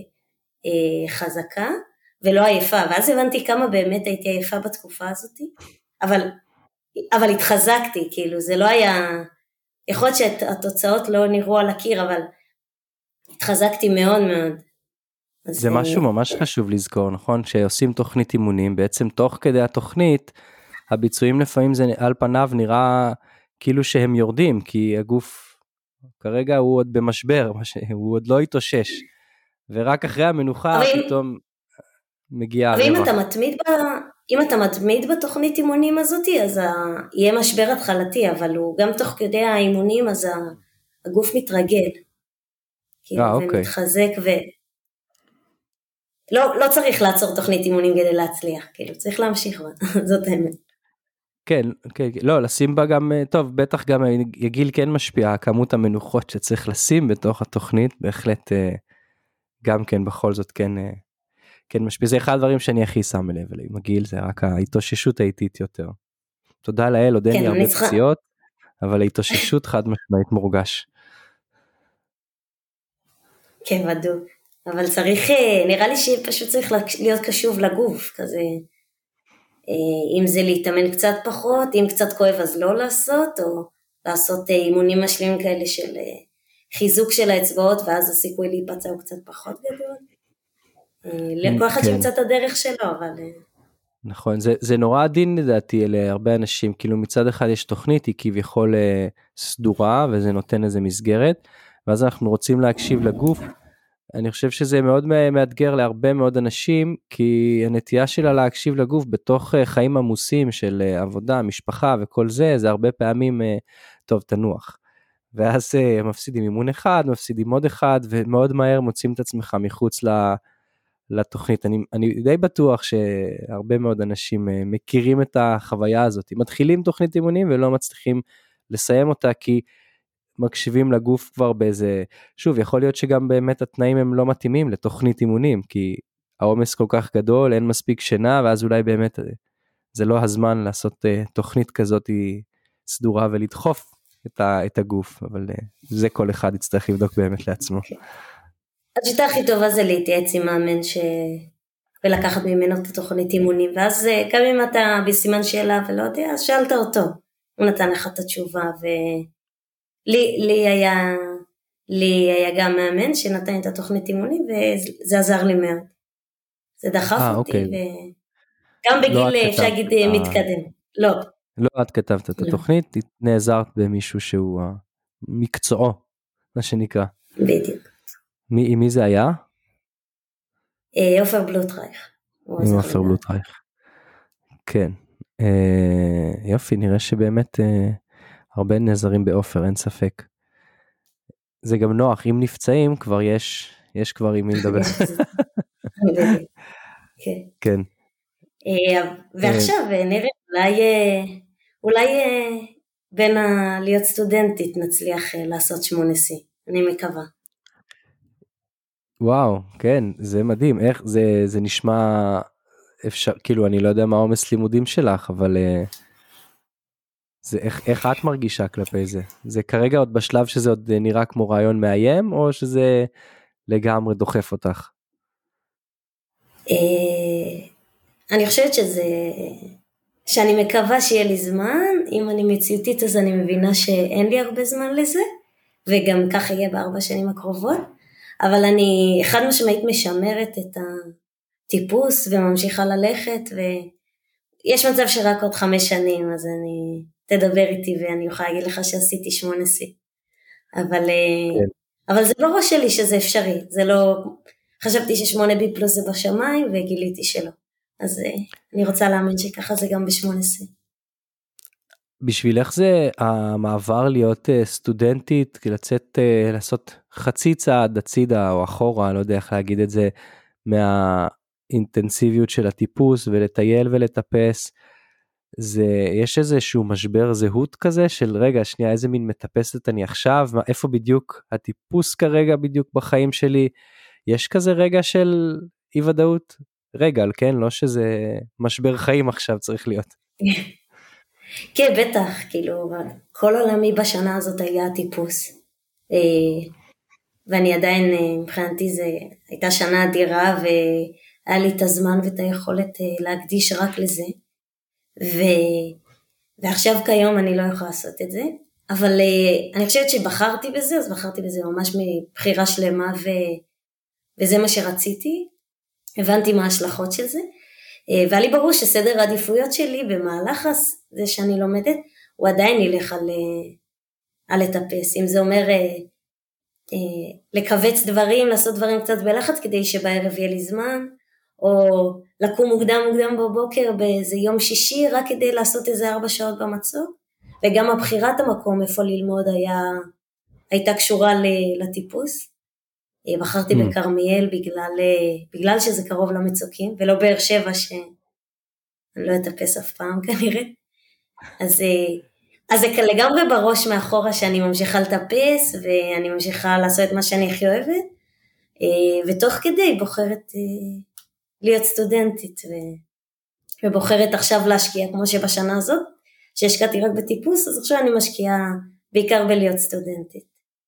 חזקה ולא עייפה, ואז הבנתי כמה באמת הייתי עייפה בתקופה הזאת, אבל, אבל התחזקתי, כאילו זה לא היה, יכול להיות שהתוצאות לא נראו על הקיר, אבל התחזקתי מאוד מאוד. זה משהו ממש חשוב לזכור, נכון? שעושים תוכנית אימונים, בעצם תוך כדי התוכנית, הביצועים לפעמים זה על פניו נראה כאילו שהם יורדים, כי הגוף כרגע הוא עוד במשבר, הוא עוד לא התאושש, ורק אחרי המנוחה פתאום מגיע הרווח. ואם אתה מתמיד, ב... אם אתה מתמיד בתוכנית אימונים הזאת, אז יהיה משבר התחלתי, אבל הוא גם תוך כדי האימונים, אז הגוף מתרגל, כאילו, 아, אוקיי. ומתחזק, ו... לא, לא צריך לעצור תוכנית אימונים כדי להצליח, כאילו, צריך להמשיך בה, זאת האמת. כן, כן, לא, לשים בה גם, טוב, בטח גם יגיל כן משפיע, כמות המנוחות שצריך לשים בתוך התוכנית, בהחלט גם כן בכל זאת כן, כן משפיע, זה אחד הדברים שאני הכי שם לב אליי, מגיל, זה רק ההתאוששות האיטית יותר. תודה לאל, עוד אין לי הרבה פציעות, אבל ההתאוששות חד משמעית מורגש. כן, בדיוק, אבל צריך, נראה לי שפשוט צריך להיות קשוב לגוף, כזה, אם זה להתאמן קצת פחות, אם קצת כואב אז לא לעשות, או לעשות אימונים משלימים כאלה של חיזוק של האצבעות, ואז הסיכוי להיפצע הוא קצת פחות גדול. לכל אחד שימצא את הדרך שלו, אבל... נכון, זה, זה נורא עדין לדעתי להרבה אנשים, כאילו מצד אחד יש תוכנית, היא כביכול סדורה, וזה נותן איזה מסגרת, ואז אנחנו רוצים להקשיב לגוף, אני חושב שזה מאוד מאתגר להרבה מאוד אנשים, כי הנטייה שלה להקשיב לגוף בתוך חיים עמוסים של עבודה, משפחה וכל זה, זה הרבה פעמים, טוב, תנוח. ואז מפסידים אימון אחד, מפסידים עוד אחד, ומאוד מהר מוצאים את עצמך מחוץ לתוכנית. אני, אני די בטוח שהרבה מאוד אנשים מכירים את החוויה הזאת. מתחילים תוכנית אימונים ולא מצליחים לסיים אותה, כי מקשיבים לגוף כבר באיזה, שוב, יכול להיות שגם באמת התנאים הם לא מתאימים לתוכנית אימונים, כי העומס כל כך גדול, אין מספיק שינה, ואז אולי באמת זה לא הזמן לעשות תוכנית כזאת סדורה ולדחוף את, ה, את הגוף, אבל זה כל אחד יצטרך לבדוק באמת לעצמו. השיטה הכי טובה זה להתייעץ עם מאמן ש... ולקחת ממנו את התוכנית אימונים, ואז גם אם אתה בסימן שאלה ולא יודע, אז שאלת אותו, הוא נתן לך את התשובה, ו... לי, לי היה, לי היה גם מאמן שנתן את התוכנית אימונים, וזה עזר לי מאוד. זה דחף 아, אותי, אוקיי. וגם לא בגיל, את אפשר כתבת להגיד, את ה... מתקדם. לא. לא את כתבת את לא. התוכנית, נעזרת במישהו שהוא מקצועו, מה שנקרא. בדיוק. מי, עם מי זה היה? אה, עופר בלוטרייך. הוא עם עזר עופר לי מאוד. בלוטרייך. כן. אה, יופי, נראה שבאמת אה, הרבה נעזרים בעופר, אין ספק. זה גם נוח, אם נפצעים כבר יש, יש כבר עם מי לדבר. בדיוק. כן. כן. אה, ועכשיו נראה, אולי, אה, אולי אה, בין ה... להיות סטודנטית נצליח אה, לעשות שמונה סי. אני מקווה. וואו, כן, זה מדהים, איך זה, זה נשמע אפשר, כאילו אני לא יודע מה העומס לימודים שלך, אבל uh, זה, איך, איך את מרגישה כלפי זה? זה כרגע עוד בשלב שזה עוד נראה כמו רעיון מאיים, או שזה לגמרי דוחף אותך? אה, אני חושבת שזה, שאני מקווה שיהיה לי זמן, אם אני מציאותית אז אני מבינה שאין לי הרבה זמן לזה, וגם ככה יהיה בארבע שנים הקרובות, אבל אני חד משמעית משמרת את הטיפוס וממשיכה ללכת, ויש מצב שרק עוד חמש שנים, אז אני תדבר איתי ואני יכולה להגיד לך שעשיתי שמונה סי, אבל, כן. אבל זה לא ראש שלי שזה אפשרי, זה לא, חשבתי ששמונה בי פלוס זה בשמיים וגיליתי שלא. אז אני רוצה להאמין שככה זה גם ב-שמונה סי. בשבילך זה המעבר להיות סטודנטית, לצאת, לעשות חצי צעד הצידה או אחורה, לא יודע איך להגיד את זה, מהאינטנסיביות של הטיפוס ולטייל ולטפס, זה, יש איזשהו משבר זהות כזה של רגע, שנייה, איזה מין מטפסת אני עכשיו, מה, איפה בדיוק הטיפוס כרגע בדיוק בחיים שלי, יש כזה רגע של אי ודאות? רגע, כן, לא שזה משבר חיים עכשיו צריך להיות. כן, בטח, כאילו, כל עולמי בשנה הזאת היה טיפוס, ואני עדיין, מבחינתי זה הייתה שנה אדירה, והיה לי את הזמן ואת היכולת להקדיש רק לזה, ו... ועכשיו כיום אני לא יכולה לעשות את זה, אבל אני חושבת שבחרתי בזה, אז בחרתי בזה ממש מבחירה שלמה, ו... וזה מה שרציתי, הבנתי מה ההשלכות של זה, והיה לי ברור שסדר העדיפויות שלי במהלך זה שאני לומדת, הוא עדיין ילך על, על לטפס, אם זה אומר לקבץ דברים, לעשות דברים קצת בלחץ, כדי שבערב יהיה לי זמן, או לקום מוקדם מוקדם בבוקר באיזה יום שישי, רק כדי לעשות איזה ארבע שעות במצוק, וגם הבחירת המקום איפה ללמוד היה, הייתה קשורה לטיפוס, בחרתי mm. בקרמיאל בגלל, בגלל שזה קרוב למצוקים, ולא באר שבע שאני לא אטפס אף פעם כנראה, אז, אז זה לגמרי בראש מאחורה שאני ממשיכה לטפס, ואני ממשיכה לעשות את מה שאני הכי אוהבת, ותוך כדי בוחרת להיות סטודנטית, ובוחרת עכשיו להשקיע, כמו שבשנה הזאת, שהשקעתי רק בטיפוס, אז עכשיו אני משקיעה בעיקר בלהיות סטודנטית.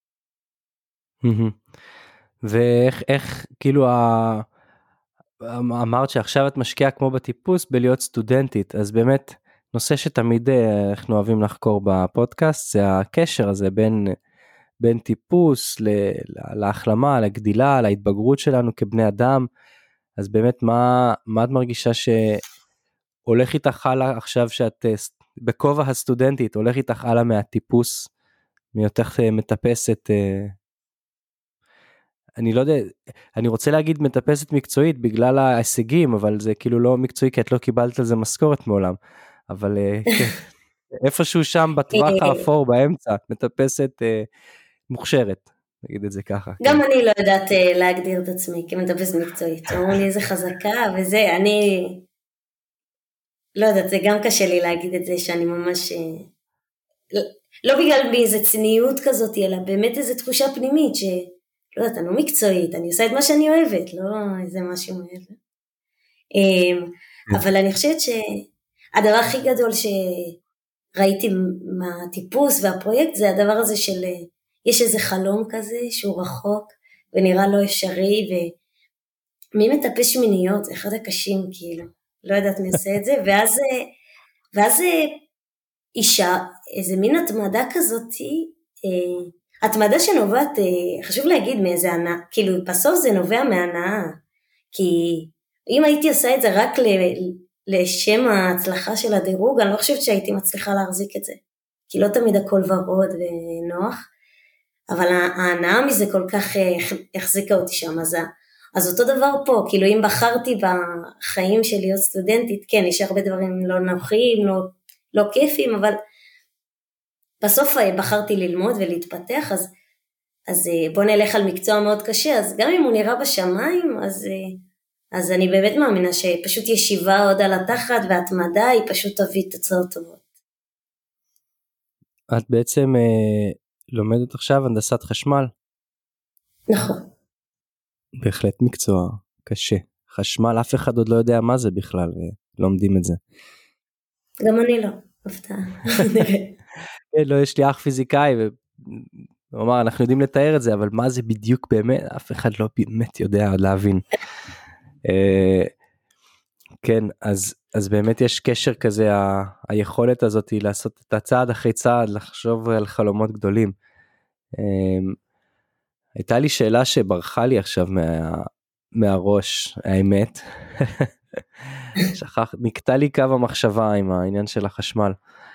ואיך, איך, כאילו, ה... אמרת שעכשיו את משקיעה כמו בטיפוס בלהיות סטודנטית, אז באמת, נושא שתמיד אנחנו אוהבים לחקור בפודקאסט, זה הקשר הזה בין, בין טיפוס ל... להחלמה, לגדילה, להתבגרות שלנו כבני אדם, אז באמת, מה, מה את מרגישה שהולך איתך הלאה עכשיו שאת בכובע הסטודנטית, הולך איתך הלאה מהטיפוס, מיותך מטפסת, אני לא יודע, אני רוצה להגיד מטפסת מקצועית בגלל ההישגים, אבל זה כאילו לא מקצועי, כי את לא קיבלת על זה משכורת מעולם, אבל איפשהו שם בטווח האפור באמצע, מטפסת מוכשרת, נגיד את זה ככה. גם אני לא יודעת להגדיר את עצמי כמטפסת מקצועית, אמרו לי איזה חזקה וזה, אני לא יודעת, זה גם קשה לי להגיד את זה שאני ממש, לא בגלל באיזה צניעות כזאת, אלא באמת איזו תחושה פנימית ש... לא יודעת, אני לא מקצועית, אני עושה את מה שאני אוהבת, לא איזה משהו מעבר. אבל אני חושבת שהדבר הכי גדול שראיתי מהטיפוס והפרויקט, זה הדבר הזה של, יש איזה חלום כזה שהוא רחוק, ונראה לא אפשרי, ומי מטפס שמיניות, זה אחד הקשים כאילו, לא יודעת מי עושה את זה, ואז, ואז אישה, איזה מין התמדה כזאת, התמדה שנובעת, חשוב להגיד מאיזה הנאה, כאילו בסוף זה נובע מהנאה, כי אם הייתי עושה את זה רק לשם ההצלחה של הדירוג, אני לא חושבת שהייתי מצליחה להחזיק את זה, כי לא תמיד הכל ורוד ונוח, אבל ההנאה מזה כל כך החזיקה אותי שם, אז, אז אותו דבר פה, כאילו אם בחרתי בחיים של להיות סטודנטית, כן, יש הרבה דברים לא נוחים, לא, לא כיפים, אבל בסוף בחרתי ללמוד ולהתפתח, אז, אז בוא נלך על מקצוע מאוד קשה, אז גם אם הוא נראה בשמיים, אז, אז אני באמת מאמינה שפשוט ישיבה עוד על התחת, והתמדה היא פשוט תביא תוצאות טובות. את בעצם אה, לומדת עכשיו הנדסת חשמל? נכון. בהחלט מקצוע קשה. חשמל, אף אחד עוד לא יודע מה זה בכלל, ולומדים את זה. גם אני לא, הפתעה. לא, יש לי אח פיזיקאי, והוא אמר, אנחנו יודעים לתאר את זה, אבל מה זה בדיוק באמת, אף אחד לא באמת יודע להבין. כן, אז, אז באמת יש קשר כזה, ה, היכולת הזאת היא לעשות את הצעד אחרי צעד, לחשוב על חלומות גדולים. הייתה לי שאלה שברחה לי עכשיו מה, מהראש, האמת. שכח, נקטע לי קו המחשבה עם העניין של החשמל.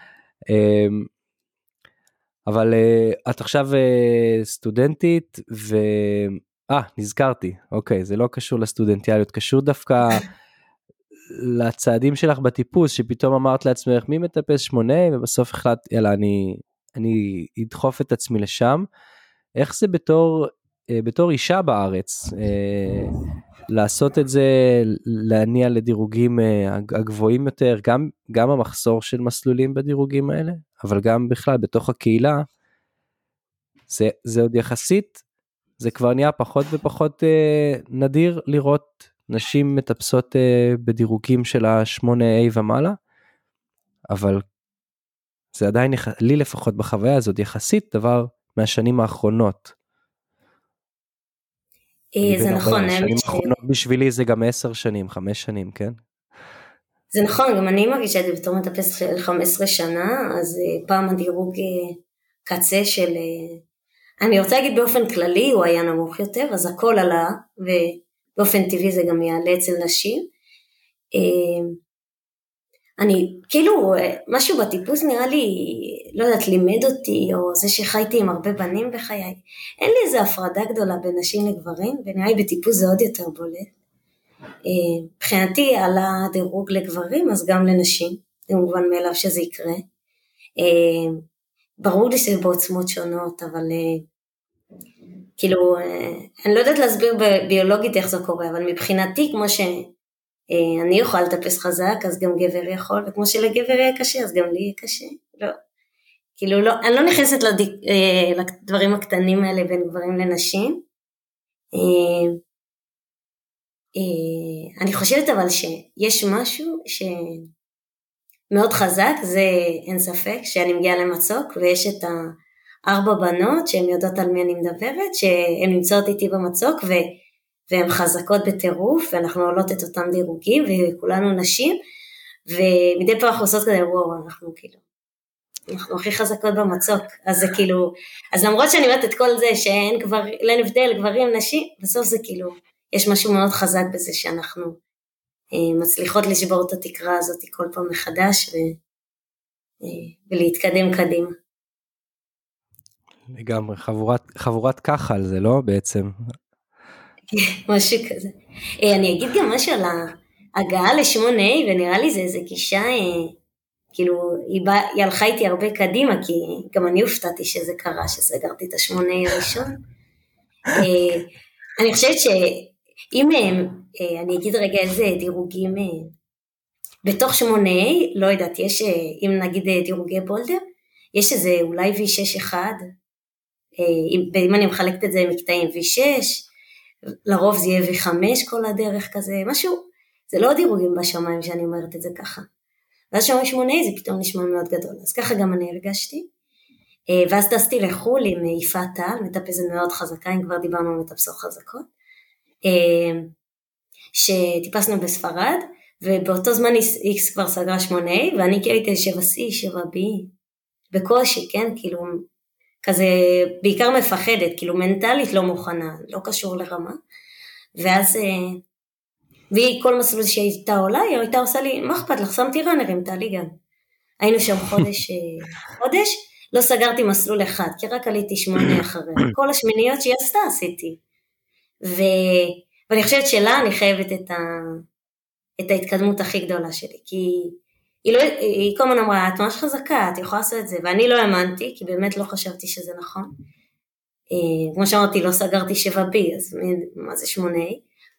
אבל את עכשיו סטודנטית, ו... אה, נזכרתי, אוקיי, זה לא קשור לסטודנטיאליות, קשור דווקא לצעדים שלך בטיפוס, שפתאום אמרת לעצמך, מי מטפס שמונה, ובסוף החלט, יאללה, אני, אני אדחוף את עצמי לשם. איך זה בתור, בתור אישה בארץ, לעשות את זה, להניע לדירוגים הגבוהים יותר, גם, גם המחסור של מסלולים בדירוגים האלה, אבל גם בכלל בתוך הקהילה, זה, זה עוד יחסית, זה כבר נהיה פחות ופחות אה, נדיר לראות נשים מטפסות אה, בדירוגים של ה-שמונה איי ומעלה, אבל זה עדיין, לי לפחות בחוויה הזאת, יחסית דבר מהשנים האחרונות. זה נכון. השנים האחרונות בשבילי זה גם עשר שנים, חמש שנים, כן? זה נכון, גם אני מרגישה את זה בתור מטפס של חמש עשרה שנה, אז פעם הדירוג קצה של, אני רוצה להגיד באופן כללי, הוא היה נמוך יותר, אז הכל עלה, ובאופן טבעי זה גם יעלה אצל נשים. אני, כאילו, משהו בטיפוס נראה לי, לא יודעת, לימד אותי, או זה שחייתי עם הרבה בנים בחיי, אין לי איזו הפרדה גדולה בין נשים לגברים, ונראה לי בטיפוס זה עוד יותר בולט. מבחינתי על הדירוג לגברים, אז גם לנשים, זה מובן מאליו שזה יקרה. ברור לי שזה בעוצמות שונות, אבל כאילו, אני לא יודעת להסביר ביולוגית איך זה קורה, אבל מבחינתי, כמו שאני אוכל לטפס חזק, אז גם גבר יכול, וכמו שלגבר יהיה קשה, אז גם לי יהיה קשה. לא, כאילו, לא, אני לא נכנסת לדיק, לדברים הקטנים האלה בין גברים לנשים. אני חושבת אבל שיש משהו שמאוד חזק, זה אין ספק, שאני מגיעה למצוק, ויש את הארבע בנות שהן יודעות על מי אני מדברת, שהן נמצאות איתי במצוק, ו... והן חזקות בטירוף, ואנחנו עולות את אותם דירוגים, וכולנו נשים, ומדי פעם אנחנו עושות כזה, וואו, אנחנו כאילו, אנחנו הכי חזקות במצוק, אז זה כאילו, אז למרות שאני אומרת את כל זה, שאין כבר, אין הבדל, גברים, נשים, בסוף זה כאילו, יש משהו מאוד חזק בזה, שאנחנו אה, מצליחות לשבור את התקרה הזאת, כל פעם מחדש, ו, אה, ולהתקדם קדימה. לגמרי, חבורת, חבורת כחל, זה לא בעצם... משהו כזה. אני אגיד גם משהו על ההגעה לשמונה איי, ונראה לי זה איזה גישה, כאילו, היא, בא, היא הלכה איתי הרבה קדימה, כי גם אני הופתעתי שזה קרה, שסגרתי את השמונה איי הראשון. אני חושבת שאם אני אגיד רגע איזה דירוגים, בתוך שמונה איי, לא יודעת, יש, אם נגיד דירוגי בולדר, יש איזה אולי וי שש אחד, אם אני מחלקת את זה מקטעים וי שש, לרוב זה יהיה וי חמש כל הדרך כזה, משהו, זה לא דירוגים בשמיים שאני אומרת את זה ככה. ואז שמונה שמונה זה פתאום נשמע מאוד גדול, אז ככה גם אני הרגשתי. ואז טסתי לחול עם יפעת טל, מטפסת מאוד חזקה, אם כבר דיברנו על מטפסות חזקות, שטיפסנו בספרד, ובאותו זמן איקס כבר סגרה שמונה איי, ואני כאילו הייתי שבע סי, שבע בי, בקושי, כן, כאילו, כזה בעיקר מפחדת, כאילו מנטלית לא מוכנה, לא קשור לרמה, ואז, והיא כל מסלול שהייתה עולה, היא הייתה עושה לי, מה אכפת לך, שמתי ראנרים, תעלי גם. היינו שם חודש, חודש, לא סגרתי מסלול אחד, כי רק עליתי שמונה אחריה, כל השמיניות שהיא עשתה עשיתי, ו... ואני חושבת שלה אני חייבת את, ה... את ההתקדמות הכי גדולה שלי, כי היא, לא... היא כל הזמן אמרה, את ממש חזקה, את יכולה לעשות את זה, ואני לא האמנתי, כי באמת לא חשבתי שזה נכון, כמו שאמרתי, לא סגרתי שבע בי, אז מה זה שמונה איי,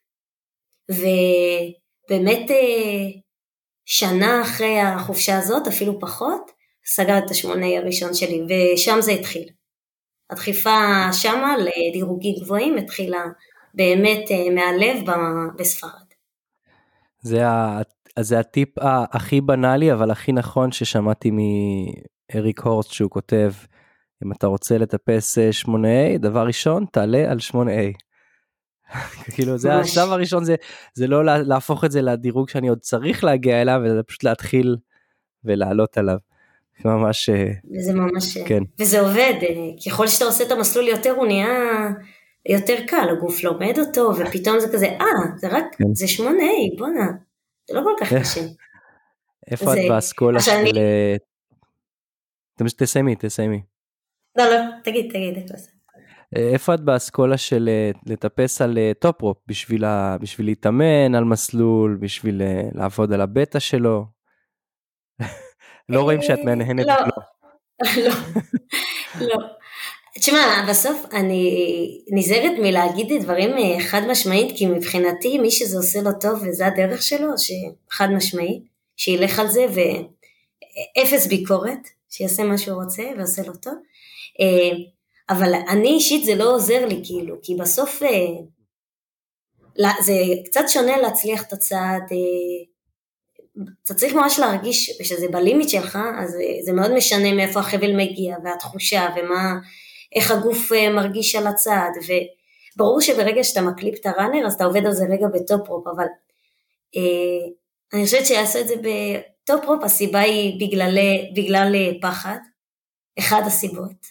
ובאמת שנה אחרי החופשה הזאת, אפילו פחות, סגר את השמונה איי הראשון שלי, ושם זה התחיל. הדחיפה שמה לדירוגים גבוהים התחילה באמת מהלב בספרד. זה, ה, זה הטיפ הכי בנאלי, אבל הכי נכון ששמעתי מאריק הורסט שהוא כותב, אם אתה רוצה לטפס שמונה איי, דבר ראשון, תעלה על שמונה איי. כאילו זה השלב הראשון, זה, זה לא להפוך את זה לדירוג שאני עוד צריך להגיע אליו, וזה פשוט להתחיל ולעלות עליו. ממש, וזה ממש, כן. וזה עובד, ככל שאתה עושה את המסלול יותר, הוא נהיה יותר קל, הגוף לומד אותו, ופתאום זה כזה, אה, זה רק, כן. זה שמונה איי, בונה, זה לא כל כך קשה. איפה את באסכולה של... אני... תסיימי, תסיימי. לא, לא, תגיד, תגיד, איפה זה. איפה את באסכולה של לטפס על טופ-רופ, בשביל, ה... בשביל להתאמן על מסלול, בשביל לעבוד על הבטא שלו? לא רואים שאת מהנהנת. לא, לא, לא. תשמע, בסוף אני נזהרת מלהגיד דברים חד משמעית, כי מבחינתי מי שזה עושה לו טוב וזה הדרך שלו, שחד משמעית, שילך על זה ואפס ביקורת, שיעשה מה שהוא רוצה ועושה לו טוב. אבל אני אישית זה לא עוזר לי כאילו, כי בסוף זה קצת שונה להצליח את הצעד, אתה צריך ממש להרגיש שזה בלימיט שלך, אז זה מאוד משנה מאיפה החבל מגיע, והתחושה, ומה, איך הגוף מרגיש על הצעד, וברור שברגע שאתה מקליפ את הראנר, אז אתה עובד על זה רגע בטופ-רופ, אבל אה, אני חושבת שיעשו את זה בטופ-רופ, הסיבה היא בגלל, בגלל פחד, אחד הסיבות,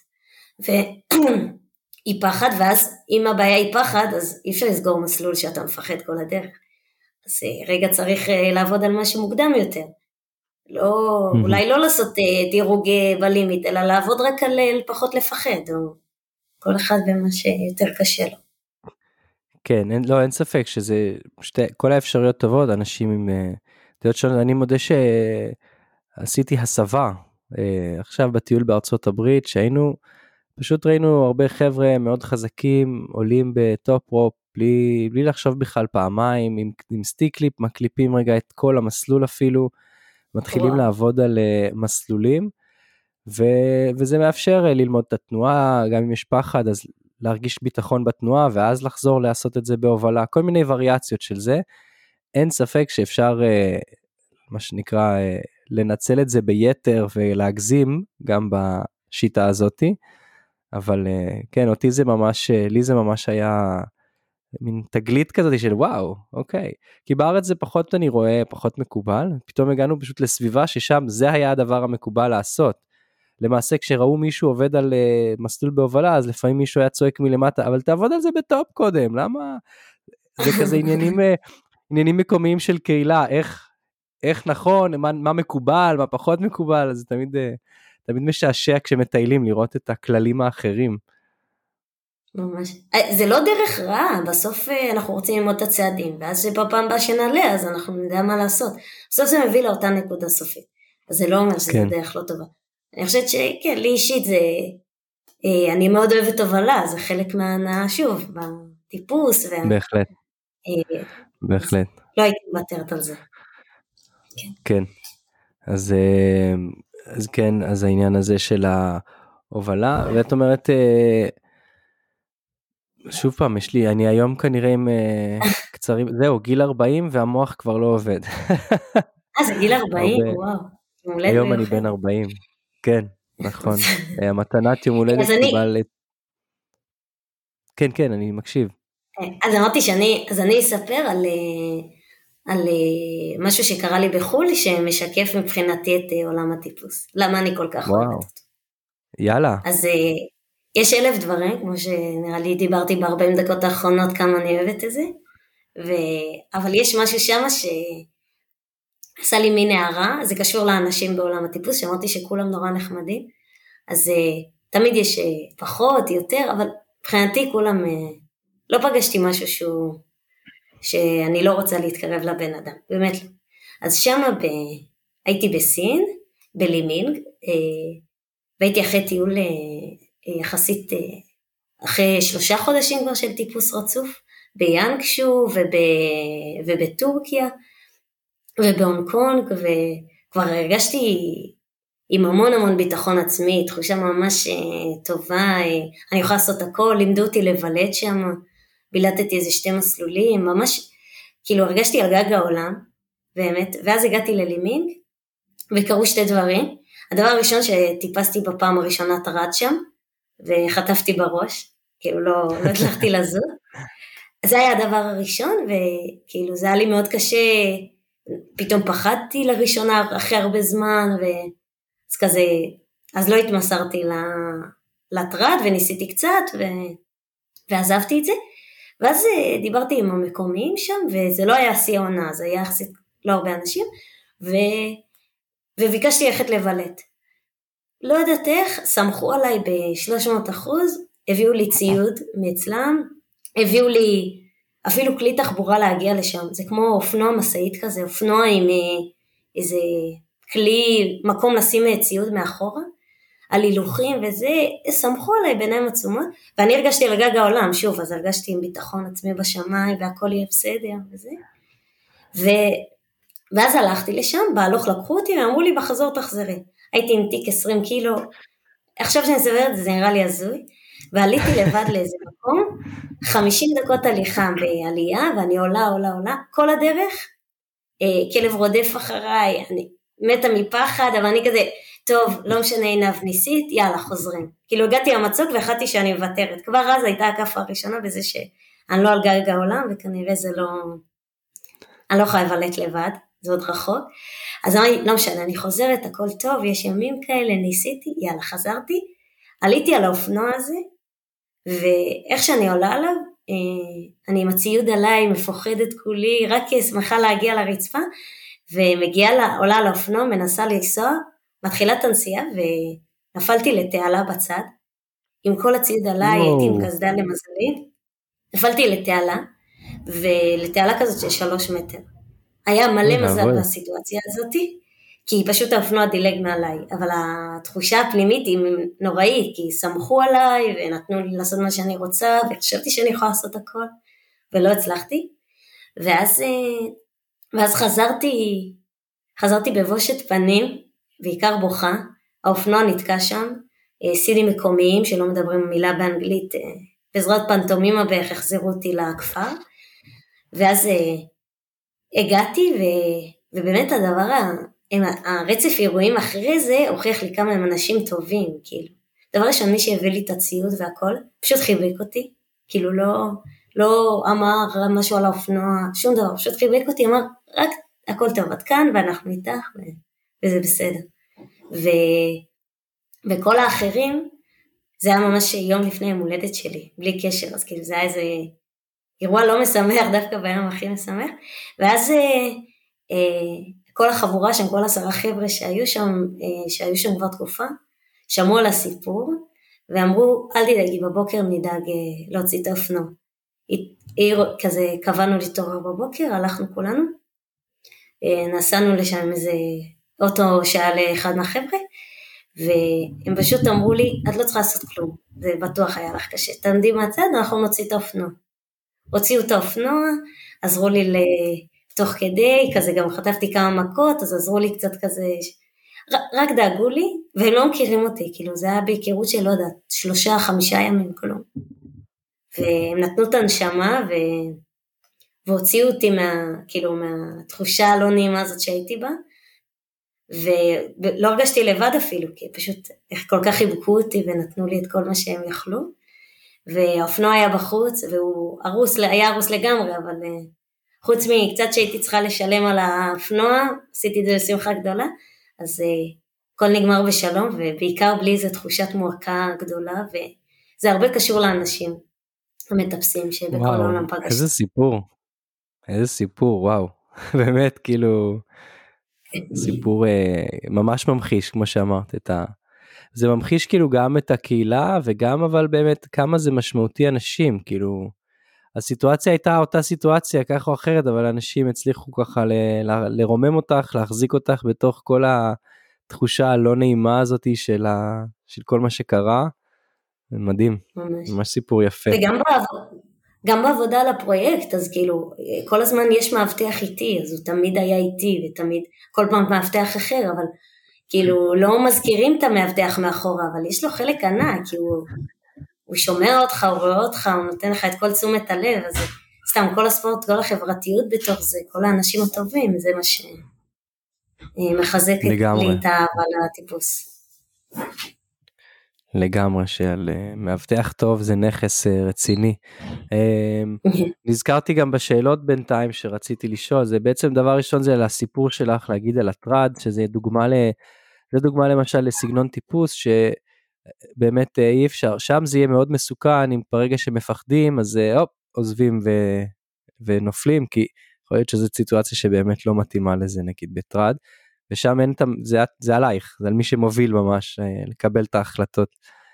והיא פחד, ואז אם הבעיה היא פחד, אז אי אפשר לסגור מסלול שאתה מפחד כל הדרך, אז רגע צריך לעבוד על משהו מוקדם יותר, לא, אולי לא לעשות דירוג בלימיט, אלא לעבוד רק על פחות לפחד, או כל אחד במה שיותר קשה לו. כן, אין, לא, אין ספק שזה, שתי, כל האפשרויות טובות, אנשים עם, דעות שונות, אני מודה שעשיתי הסבה, עכשיו בטיול בארצות הברית, שהיינו, פשוט ראינו הרבה חבר'ה מאוד חזקים, עולים בטופ רופ, בלי, בלי לחשוב בכלל פעמיים, עם, עם סטיקליפ, מקליפים רגע את כל המסלול אפילו, מתחילים וואו. לעבוד על uh, מסלולים, ו, וזה מאפשר uh, ללמוד את התנועה, גם אם יש פחד, אז להרגיש ביטחון בתנועה, ואז לחזור לעשות את זה בהובלה, כל מיני וריאציות של זה, אין ספק שאפשר, uh, מה שנקרא, uh, לנצל את זה ביתר, ולהגזים גם בשיטה הזאת, אבל uh, כן, אותי זה ממש, uh, לי זה ממש היה, מין תגלית כזאת של וואו, אוקיי, כי בארץ זה פחות אני רואה, פחות מקובל, פתאום הגענו פשוט לסביבה ששם זה היה הדבר המקובל לעשות, למעשה כשראו מישהו עובד על uh, מסלול בהובלה, אז לפעמים מישהו היה צועק מלמטה, אבל תעבוד על זה בטופ קודם, למה? זה כזה עניינים, עניינים מקומיים של קהילה, איך, איך נכון, מה, מה מקובל, מה פחות מקובל, אז זה תמיד, תמיד משעשע כשמטיילים לראות את הכללים האחרים. ממש. זה לא דרך רעה, בסוף אנחנו רוצים ללמוד את הצעדים, ואז שבפעם הבאה שנעלה, אז אנחנו נדע מה לעשות. בסוף זה מביא לאותה נקודה סופית, אז זה לא אומר שזה כן. דרך לא טובה. אני חושבת שכן, לי אישית זה, אני מאוד אוהבת הובלה, זה חלק מההנאה שוב, בטיפוס. וה... בהחלט, בהחלט. לא הייתי מבטרת על זה. כן. כן, אז, אז כן, אז העניין הזה של ההובלה, ואת אומרת, שוב פעם, יש לי, אני היום כנראה עם קצרים, זהו, גיל ארבעים והמוח כבר לא עובד. אה, זה גיל ארבעים, וואו. היום אני בן ארבעים, כן, נכון. המתנת יום הולדת קיבל את... כן, כן, אני מקשיב. אז אמרתי שאני, אז אני אספר על, על משהו שקרה לי בחול, שמשקף מבחינתי את עולם הטיפוס. למה אני כל כך אוהבת אותו. יאללה. אז יש אלף דברים, כמו שנראה לי דיברתי ב-ארבעים דקות האחרונות כמה אני אוהבת את זה, ו... אבל יש משהו שם שעשה לי מין הערה, זה קשור לאנשים בעולם הטיפוס, שאמרתי שכולם נורא נחמדים, אז תמיד יש פחות, יותר, אבל מבחינתי כולם, לא פגשתי משהו שהוא, שאני לא רוצה להתקרב לבן אדם, באמת לא. אז שם ב... הייתי בסין, בלימינג, והייתי אחרי טיול יחסית, אחרי שלושה חודשים כבר של טיפוס רצוף, ביאנגשו וב... ובטורקיה, ובהונג קונג, וכבר הרגשתי עם המון המון ביטחון עצמי, תחושה ממש טובה, אני יכולה לעשות הכל, לימדו אותי לבלט שם, בילטתי איזה שתי מסלולים, ממש, כאילו הרגשתי על גג העולם, באמת, ואז הגעתי ללימינג, וקרו שתי דברים, הדבר הראשון שטיפסתי בפעם הראשונה תרד שם, וחטפתי בראש, כאילו לא, לא הצלחתי לזוז, זה היה הדבר הראשון, וכאילו זה היה לי מאוד קשה, פתאום פחדתי לראשונה אחרי הרבה זמן, ואז כזה, אז לא התמסרתי לתרד, וניסיתי קצת, ו... ועזבתי את זה, ואז דיברתי עם המקומיים שם, וזה לא היה שיא העונה, זה היה יחסית לא הרבה אנשים, ו... וביקשתי ללכת לבלט. לא יודעת איך, סמכו עליי ב-שלוש מאות אחוז, הביאו לי ציוד מאצלם, הביאו לי אפילו כלי תחבורה להגיע לשם, זה כמו אופנוע מסעית כזה, אופנוע עם איזה כלי, מקום לשים ציוד מאחורה, על הילוכים וזה, סמכו עליי ביניהם עצומות, ואני הרגשתי על גג העולם, שוב, אז הרגשתי עם ביטחון עצמי בשמיים, והכל יהיה בסדר וזה, ו... ואז הלכתי לשם, בהלוך לקחו אותי, ואמרו לי בחזור תחזרי, הייתי עם תיק עשרים קילו, עכשיו שאני סברת, זה נראה לי הזוי, ועליתי לבד לאיזה מקום, חמישים דקות הליכה בעלייה, ואני עולה, עולה, עולה, כל הדרך, אה, כלב רודף אחריי, אני מתה מפחד, אבל אני כזה, טוב, לא משנה עיניו ניסית, יאללה, חוזרים. כאילו הגעתי למצוק והחלטתי שאני מוותרת, כבר אז הייתה הקפה הראשונה בזה שאני לא על גג העולם, וכנראה זה לא, אני לא יכולה לבלט לבד, זה עוד רחוק, אז אמרתי, לא משנה, אני חוזרת, הכל טוב, יש ימים כאלה, ניסיתי, יאללה, חזרתי, עליתי על האופנוע הזה, ואיך שאני עולה עליו, אני עם הציוד עליי, מפוחדת כולי, רק שמחה להגיע לרצפה, ומגיעה, עולה על האופנוע, מנסה לנסוע, מתחילה את הנסיעה, ונפלתי לתעלה בצד, עם כל הציוד עליי, הייתי עם קסדה למזלי, נפלתי לתעלה, ולתעלה כזאת של שלוש מטר. היה מלא מזל בסיטואציה הזאת, כי פשוט האופנוע דילג מעליי, אבל התחושה הפנימית היא נוראית, כי סמכו עליי, ונתנו לי לעשות מה שאני רוצה, וחשבתי שאני יכולה לעשות הכל, ולא הצלחתי, ואז, ואז חזרתי, חזרתי בבושת פנים, בעיקר בוכה, האופנוע נתקע שם, סינים מקומיים שלא מדברים מילה באנגלית, בעזרת פנטומימה בערך החזירו אותי לכפר, ואז הגעתי, ו, ובאמת הדבר, הרצף אירועים אחרי זה, הוכיח לי כמה הם אנשים טובים, כאילו. דבר ראשון, מי שהביא לי את הציוד והכל, פשוט חיבק אותי, כאילו לא, לא אמר משהו על האופנוע, שום דבר, פשוט חיבק אותי, אמר, רק הכל טוב, עד כאן, ואנחנו איתך, ו, וזה בסדר. ו, וכל האחרים, זה היה ממש יום לפני יום הולדת שלי, בלי קשר, אז כאילו זה היה איזה אירוע לא משמח, דווקא ביום הכי משמח, ואז אה, אה, כל החבורה שם, כל עשרה חבר'ה שהיו שם, אה, שהיו שם כבר תקופה, שמעו על הסיפור, ואמרו, אל תדאגי, בבוקר נדאג אה, להוציא את האופנוע. כזה קבענו לתעורר בבוקר, הלכנו כולנו, אה, נסענו לשם איזה אוטו שהיה לאחד מהחבר'ה, והם פשוט אמרו לי, את לא צריכה לעשות כלום, זה בטוח היה לך קשה, תעמדי מהצד, אנחנו נוציא את האופנוע. הוציאו את האופנוע, עזרו לי לתוך כדי, כזה גם חטפתי כמה מכות, אז עזרו לי קצת כזה, רק דאגו לי, והם לא מכירים אותי, כאילו זה היה בהיכרות של לא יודעת, שלושה, חמישה ימים כלום. והם נתנו את הנשמה, ו... והוציאו אותי מה, כאילו, מהתחושה הלא נעימה הזאת שהייתי בה, ולא הרגשתי לבד אפילו, כי פשוט כל כך חיבקו אותי ונתנו לי את כל מה שהם יכלו, והאופנוע היה בחוץ, והוא ארוס, היה ארוס לגמרי, אבל חוץ מקצת שהייתי צריכה לשלם על האופנוע, עשיתי את זה לשמחה גדולה, אז הכל נגמר בשלום, ובעיקר בלי איזו תחושת מועקה גדולה, זה הרבה קשור לאנשים המטפסים שבכל וואו, העולם פגשתי. איזה סיפור, איזה סיפור, וואו, באמת כאילו, סיפור אה, ממש ממחיש, כמו שאמרת, את ה... זה ממחיש כאילו גם את הקהילה, וגם אבל באמת כמה זה משמעותי אנשים, כאילו, הסיטואציה הייתה אותה סיטואציה, כך או אחרת, אבל אנשים הצליחו ככה ל... ל... לרומם אותך, להחזיק אותך בתוך כל התחושה הלא נעימה הזאת של, ה... של כל מה שקרה, זה מדהים, ממש. ממש סיפור יפה. וגם בעבודה, גם בעבודה על הפרויקט, אז כאילו, כל הזמן יש מאבטח איתי, אז הוא תמיד היה איתי, ותמיד, כל פעם מאבטח אחר, אבל כאילו, לא מזכירים את המאבטח מאחורה, אבל יש לו חלק ענק, כי הוא, הוא שומע אותך, הוא רואה אותך, הוא נותן לך את כל תשומת הלב, אז סתם, כל הספורט, כל החברתיות בתוך זה, כל האנשים הטובים, זה מה שמחזק לי את האהבה לטיפוס. לגמרי, של מאבטח טוב זה נכס רציני. נזכרתי גם בשאלות בינתיים שרציתי לשאול, זה בעצם דבר ראשון זה על הסיפור שלך להגיד על הטרד, שזה דוגמה, זה דוגמה למשל לסגנון טיפוס שבאמת אי אפשר, שם זה יהיה מאוד מסוכן, אם ברגע שמפחדים אז הופ, עוזבים ו, ונופלים, כי יכול להיות שזו סיטואציה שבאמת לא מתאימה לזה נגיד בטרד, ושם אין, זה, זה עלייך, זה על מי שמוביל ממש, לקבל את ההחלטות.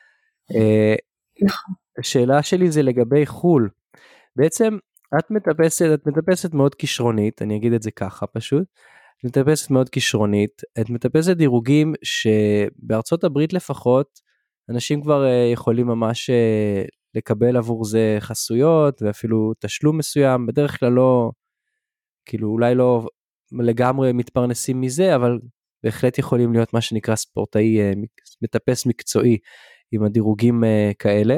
השאלה שלי זה לגבי חול, בעצם את מטפסת, את מטפסת מאוד כישרונית, אני אגיד את זה ככה פשוט, את מטפסת מאוד כישרונית, את מטפסת דירוגים שבארצות הברית לפחות, אנשים כבר יכולים ממש לקבל עבור זה חסויות, ואפילו תשלום מסוים, בדרך כלל לא, כאילו אולי לא, לגמרי מתפרנסים מזה, אבל בהחלט יכולים להיות מה שנקרא ספורטאי מטפס מקצועי עם הדירוגים כאלה.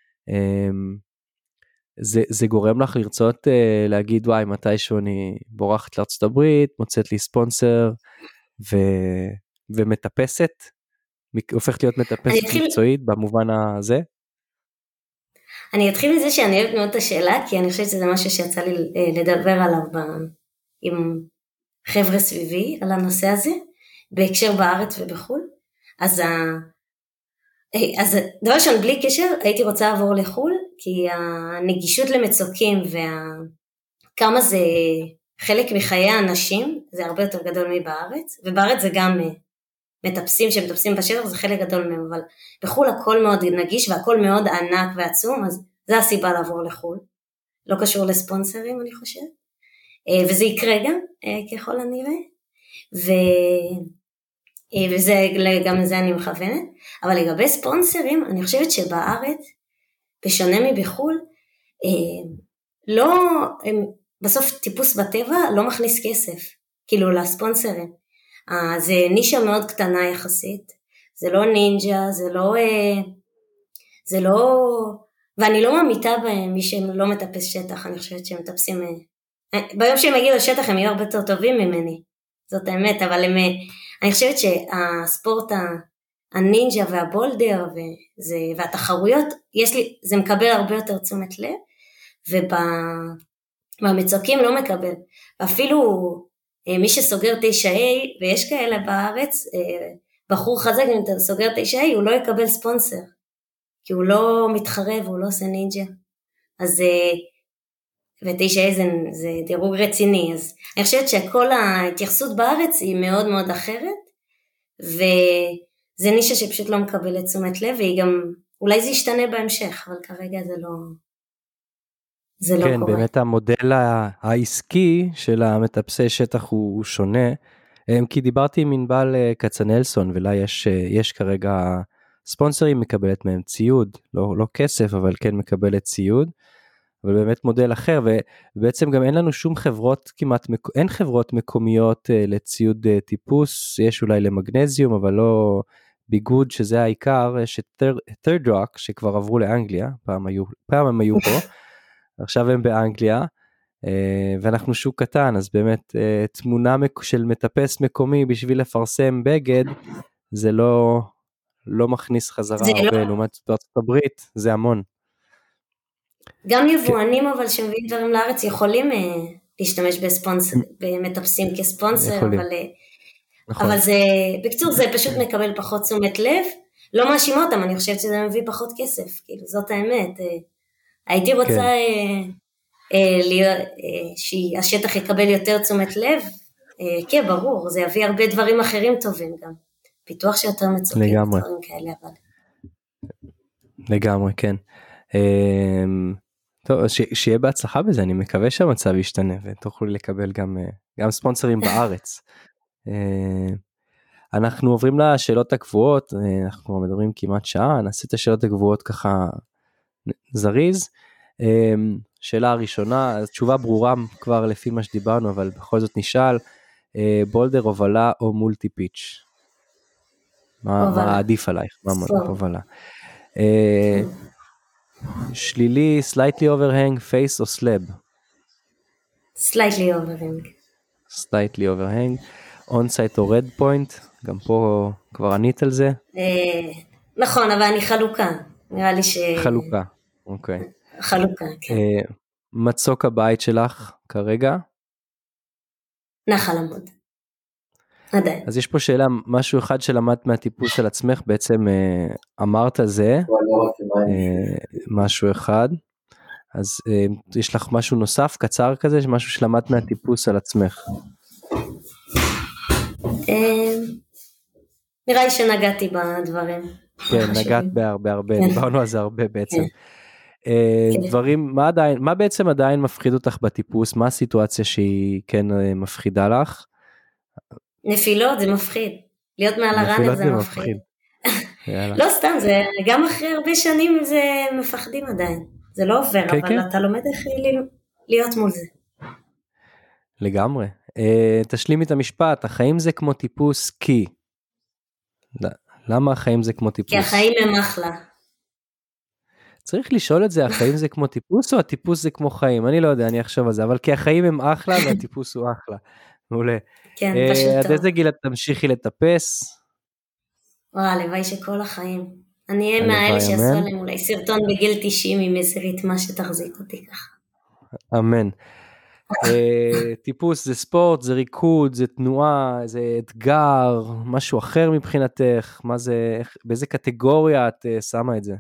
זה, זה גורם לך לרצות להגיד וואי מתישהו אני בורחת לארצות הברית, מוצאת לי ספונסר ו, ומטפסת, הופכת להיות מטפסת אתחיל... מקצועית במובן הזה? אני אתחיל מזה שאני אוהבת מאוד את השאלה, כי אני חושבת שזה משהו שיצא לי לדבר עליו ב... עם חבר'ה סביבי על הנושא הזה, בהקשר בארץ ובחול. אז, ה... אז דבר ראשון, בלי קשר, הייתי רוצה לעבור לחול, כי הנגישות למצוקים וכמה זה חלק מחיי האנשים, זה הרבה יותר גדול מבארץ, ובארץ זה גם מטפסים שמטפסים בשטח, זה חלק גדול מהם, אבל בחול הכל מאוד נגיש והכל מאוד ענק ועצום, אז זה הסיבה לעבור לחול. לא קשור לספונסרים, אני חושבת. וזה יקרה גם, ככל הנראה, ו... וזה, גם לזה אני מכוונת, אבל לגבי ספונסרים, אני חושבת שבארץ, בשונה מבחול, לא, בסוף טיפוס בטבע לא מכניס כסף, כאילו לספונסרים, זה נישה מאוד קטנה יחסית, זה לא נינג'ה, זה לא, זה לא, ואני לא מאמיתה בהם, מי שהם לא מטפס שטח, אני חושבת שהם מטפסים, ביום שהם יגיעו לשטח הם יהיו הרבה יותר טובים ממני, זאת האמת, אבל הם, אני חושבת שהספורט הנינג'ה והבולדר וזה, והתחרויות, יש לי, זה מקבל הרבה יותר תשומת לב, ובמצוקים לא מקבל, ואפילו מי שסוגר תשע איי, ויש כאלה בארץ, בחור חזק, אם אתה סוגר תשע איי, הוא לא יקבל ספונסר, כי הוא לא מתחרב, הוא לא עושה נינג'ה, אז ו-תשע איי זה, זה דירוג רציני, אז אני חושבת שכל ההתייחסות בארץ היא מאוד מאוד אחרת, וזה נישה שפשוט לא מקבלת תשומת לב, והיא גם, אולי זה ישתנה בהמשך, אבל כרגע זה לא, זה לא כן, קורה. כן, באמת המודל העסקי של המטפסי שטח הוא שונה, כי דיברתי עם ענבל כצנלסון, ולה יש, יש כרגע ספונסרים, מקבלת מהם ציוד, לא, לא כסף, אבל כן מקבלת ציוד, אבל באמת מודל אחר, ובעצם גם אין לנו שום חברות, כמעט, אין חברות מקומיות לציוד טיפוס, יש אולי למגנזיום, אבל לא ביגוד, שזה העיקר, יש את third rock, שכבר עברו לאנגליה, פעם, היו, פעם הם היו פה, עכשיו הם באנגליה, ואנחנו שוק קטן, אז באמת תמונה של מטפס מקומי, בשביל לפרסם בגד, זה לא, לא מכניס חזרה הרבה, לא... לעומת בארצות הברית, זה המון. גם יבואנים אבל שמביאים דברים לארץ יכולים להשתמש בספונסר, במטפסים כספונסר, אבל, אבל זה, בקצור זה פשוט מקבל פחות תשומת לב, לא מאשימה אותם, אני חושבת שזה מביא פחות כסף, כאילו, זאת האמת. הייתי רוצה שהשטח יקבל יותר תשומת לב, כן, ברור, זה יביא הרבה דברים אחרים טובים גם. פיתוח שיותר מצוקים, דברים כאלה, אבל... לגמרי, כן. טוב, שיהיה בהצלחה בזה, אני מקווה שהמצב ישתנה, ותוכלו לקבל גם, גם ספונסרים בארץ. אנחנו עוברים לשאלות הקבועות, אנחנו כבר מדברים כמעט שעה, נעשה את השאלות הקבועות ככה זריז. שאלה הראשונה, תשובה ברורה כבר לפי מה שדיברנו, אבל בכל זאת נשאל, בולדר הובלה או מולטי פיץ'? מה עדיף עלייך? מה הובלה? שלילי, slightly overhang, face או slab? slightly overhang. slightly overhang, on-site או red point, גם פה כבר ענית על זה? נכון, אבל אני חלוקה, נראה לי ש... חלוקה, אוקיי. חלוקה, כן. מצוק הבית שלך כרגע? נחל עמוד. עדיין. אז יש פה שאלה, משהו אחד שלמדת מהטיפוס של עצמך, בעצם אמרת זה, משהו אחד, אז יש לך משהו נוסף, קצר כזה, משהו שלמדת מהטיפוס על עצמך? נראה לי שנגעתי בדברים. כן, נגעת בהרבה הרבה, דיברנו על זה הרבה בעצם. דברים, מה עדיין, מה בעצם עדיין מפחיד אותך בטיפוס? מה הסיטואציה שהיא כן מפחידה לך? נפילות זה מפחיד, להיות מעל הראנר זה מפחיד. לא סתם, זה גם אחרי הרבה שנים זה מפחדים עדיין, זה לא עובר, אבל אתה לומד איך להיות מול זה. לגמרי. תשלימי את המשפט, החיים זה כמו טיפוס כי. למה החיים זה כמו טיפוס? כי החיים הם אחלה. צריך לשאול את זה, החיים זה כמו טיפוס או הטיפוס זה כמו חיים? אני לא יודע, אני אחשוב על זה, אבל כי החיים הם אחלה והטיפוס הוא אחלה. מעולה. כן, פשוט טוב. עד איזה גיל את תמשיכי לטפס? וואו, הלוואי שכל החיים. אני אהיה מהאלה שעשו עליהם אולי סרטון בגיל תשעים עם איזה ריתמה שתחזיק אותי ככה. אמן. טיפוס זה ספורט, זה ריקוד, זה תנועה, זה אתגר, משהו אחר מבחינתך, מה זה, באיזה קטגוריה את שמה את זה?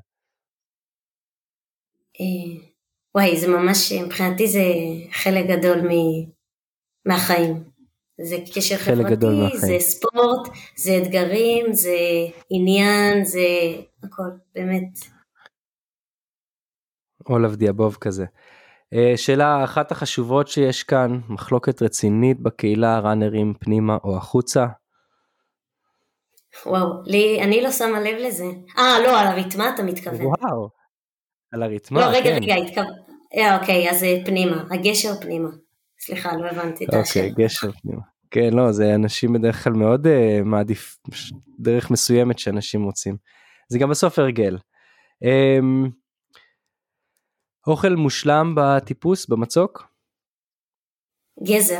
וואי, זה ממש, מבחינתי זה חלק גדול מהחיים. זה קשר חברתי, זה ספורט, זה אתגרים, זה עניין, זה הכל, באמת. אולף דיאבוב כזה. שאלה אחת החשובות שיש כאן, מחלוקת רצינית בקהילה, ראנרים פנימה או החוצה? וואו, לי, אני לא שמה לב לזה. אה, לא, על הריתמה אתה מתכוון. וואו, על הריתמה, לא, רגע, כן. רגע, התכוון. אוקיי, אז פנימה, הגשר פנימה. סליחה, לא הבנתי את השם. אוקיי, גשר פנימה. כן, לא, זה אנשים בדרך כלל מאוד uh, מעדיף, דרך מסוימת שאנשים רוצים. זה גם בסוף הרגל. Um, אוכל מושלם בטיפוס, במצוק? גזר.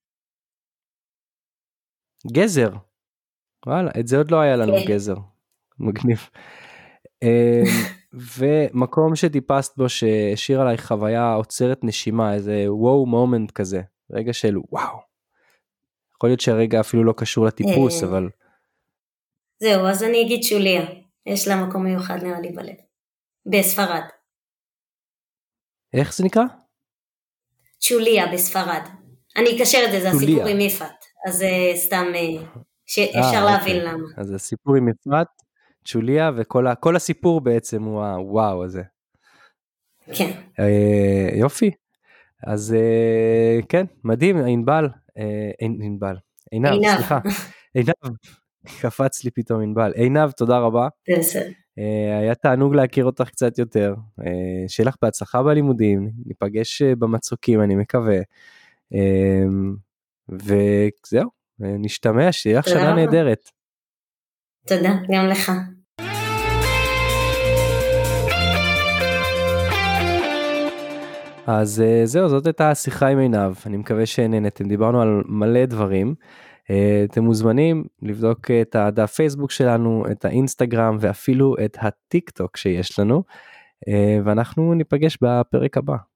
גזר? וואלה, את זה עוד לא היה לנו okay. גזר. מגניב. um, ומקום שטיפסת בו שהשאיר עליי חוויה עוצרת נשימה, איזה וואו מומנט כזה, רגע של וואו. יכול להיות שהרגע אפילו לא קשור לטיפוס, אבל... זהו, אז אני אגיד שוליה. יש לה מקום מיוחד נראה לי בלב. בספרד. איך זה נקרא? שוליה בספרד. אני אקשר את זה, זה הסיפור עם יפת. אז סתם שאפשר להבין למה. אז הסיפור עם יפת, שוליה, וכל הסיפור בעצם הוא הוואו הזה. כן. יופי. אז כן, מדהים, ענבל. ענבל. עינב, סליחה. עינב. קפץ לי פתאום ענבל. עינב, תודה רבה. בסדר. היה תענוג להכיר אותך קצת יותר. שיהיה לך בהצלחה בלימודים. ניפגש במצוקים, אני מקווה. וזהו, נשתמע, שיהיה לך שנה נהדרת. תודה, גם לך. אז זהו, זאת הייתה השיחה עם עינב, אני מקווה שנהנתם, דיברנו על מלא דברים, אתם מוזמנים לבדוק את הדף פייסבוק שלנו, את האינסטגרם ואפילו את הטיק טוק שיש לנו, ואנחנו ניפגש בפרק הבא.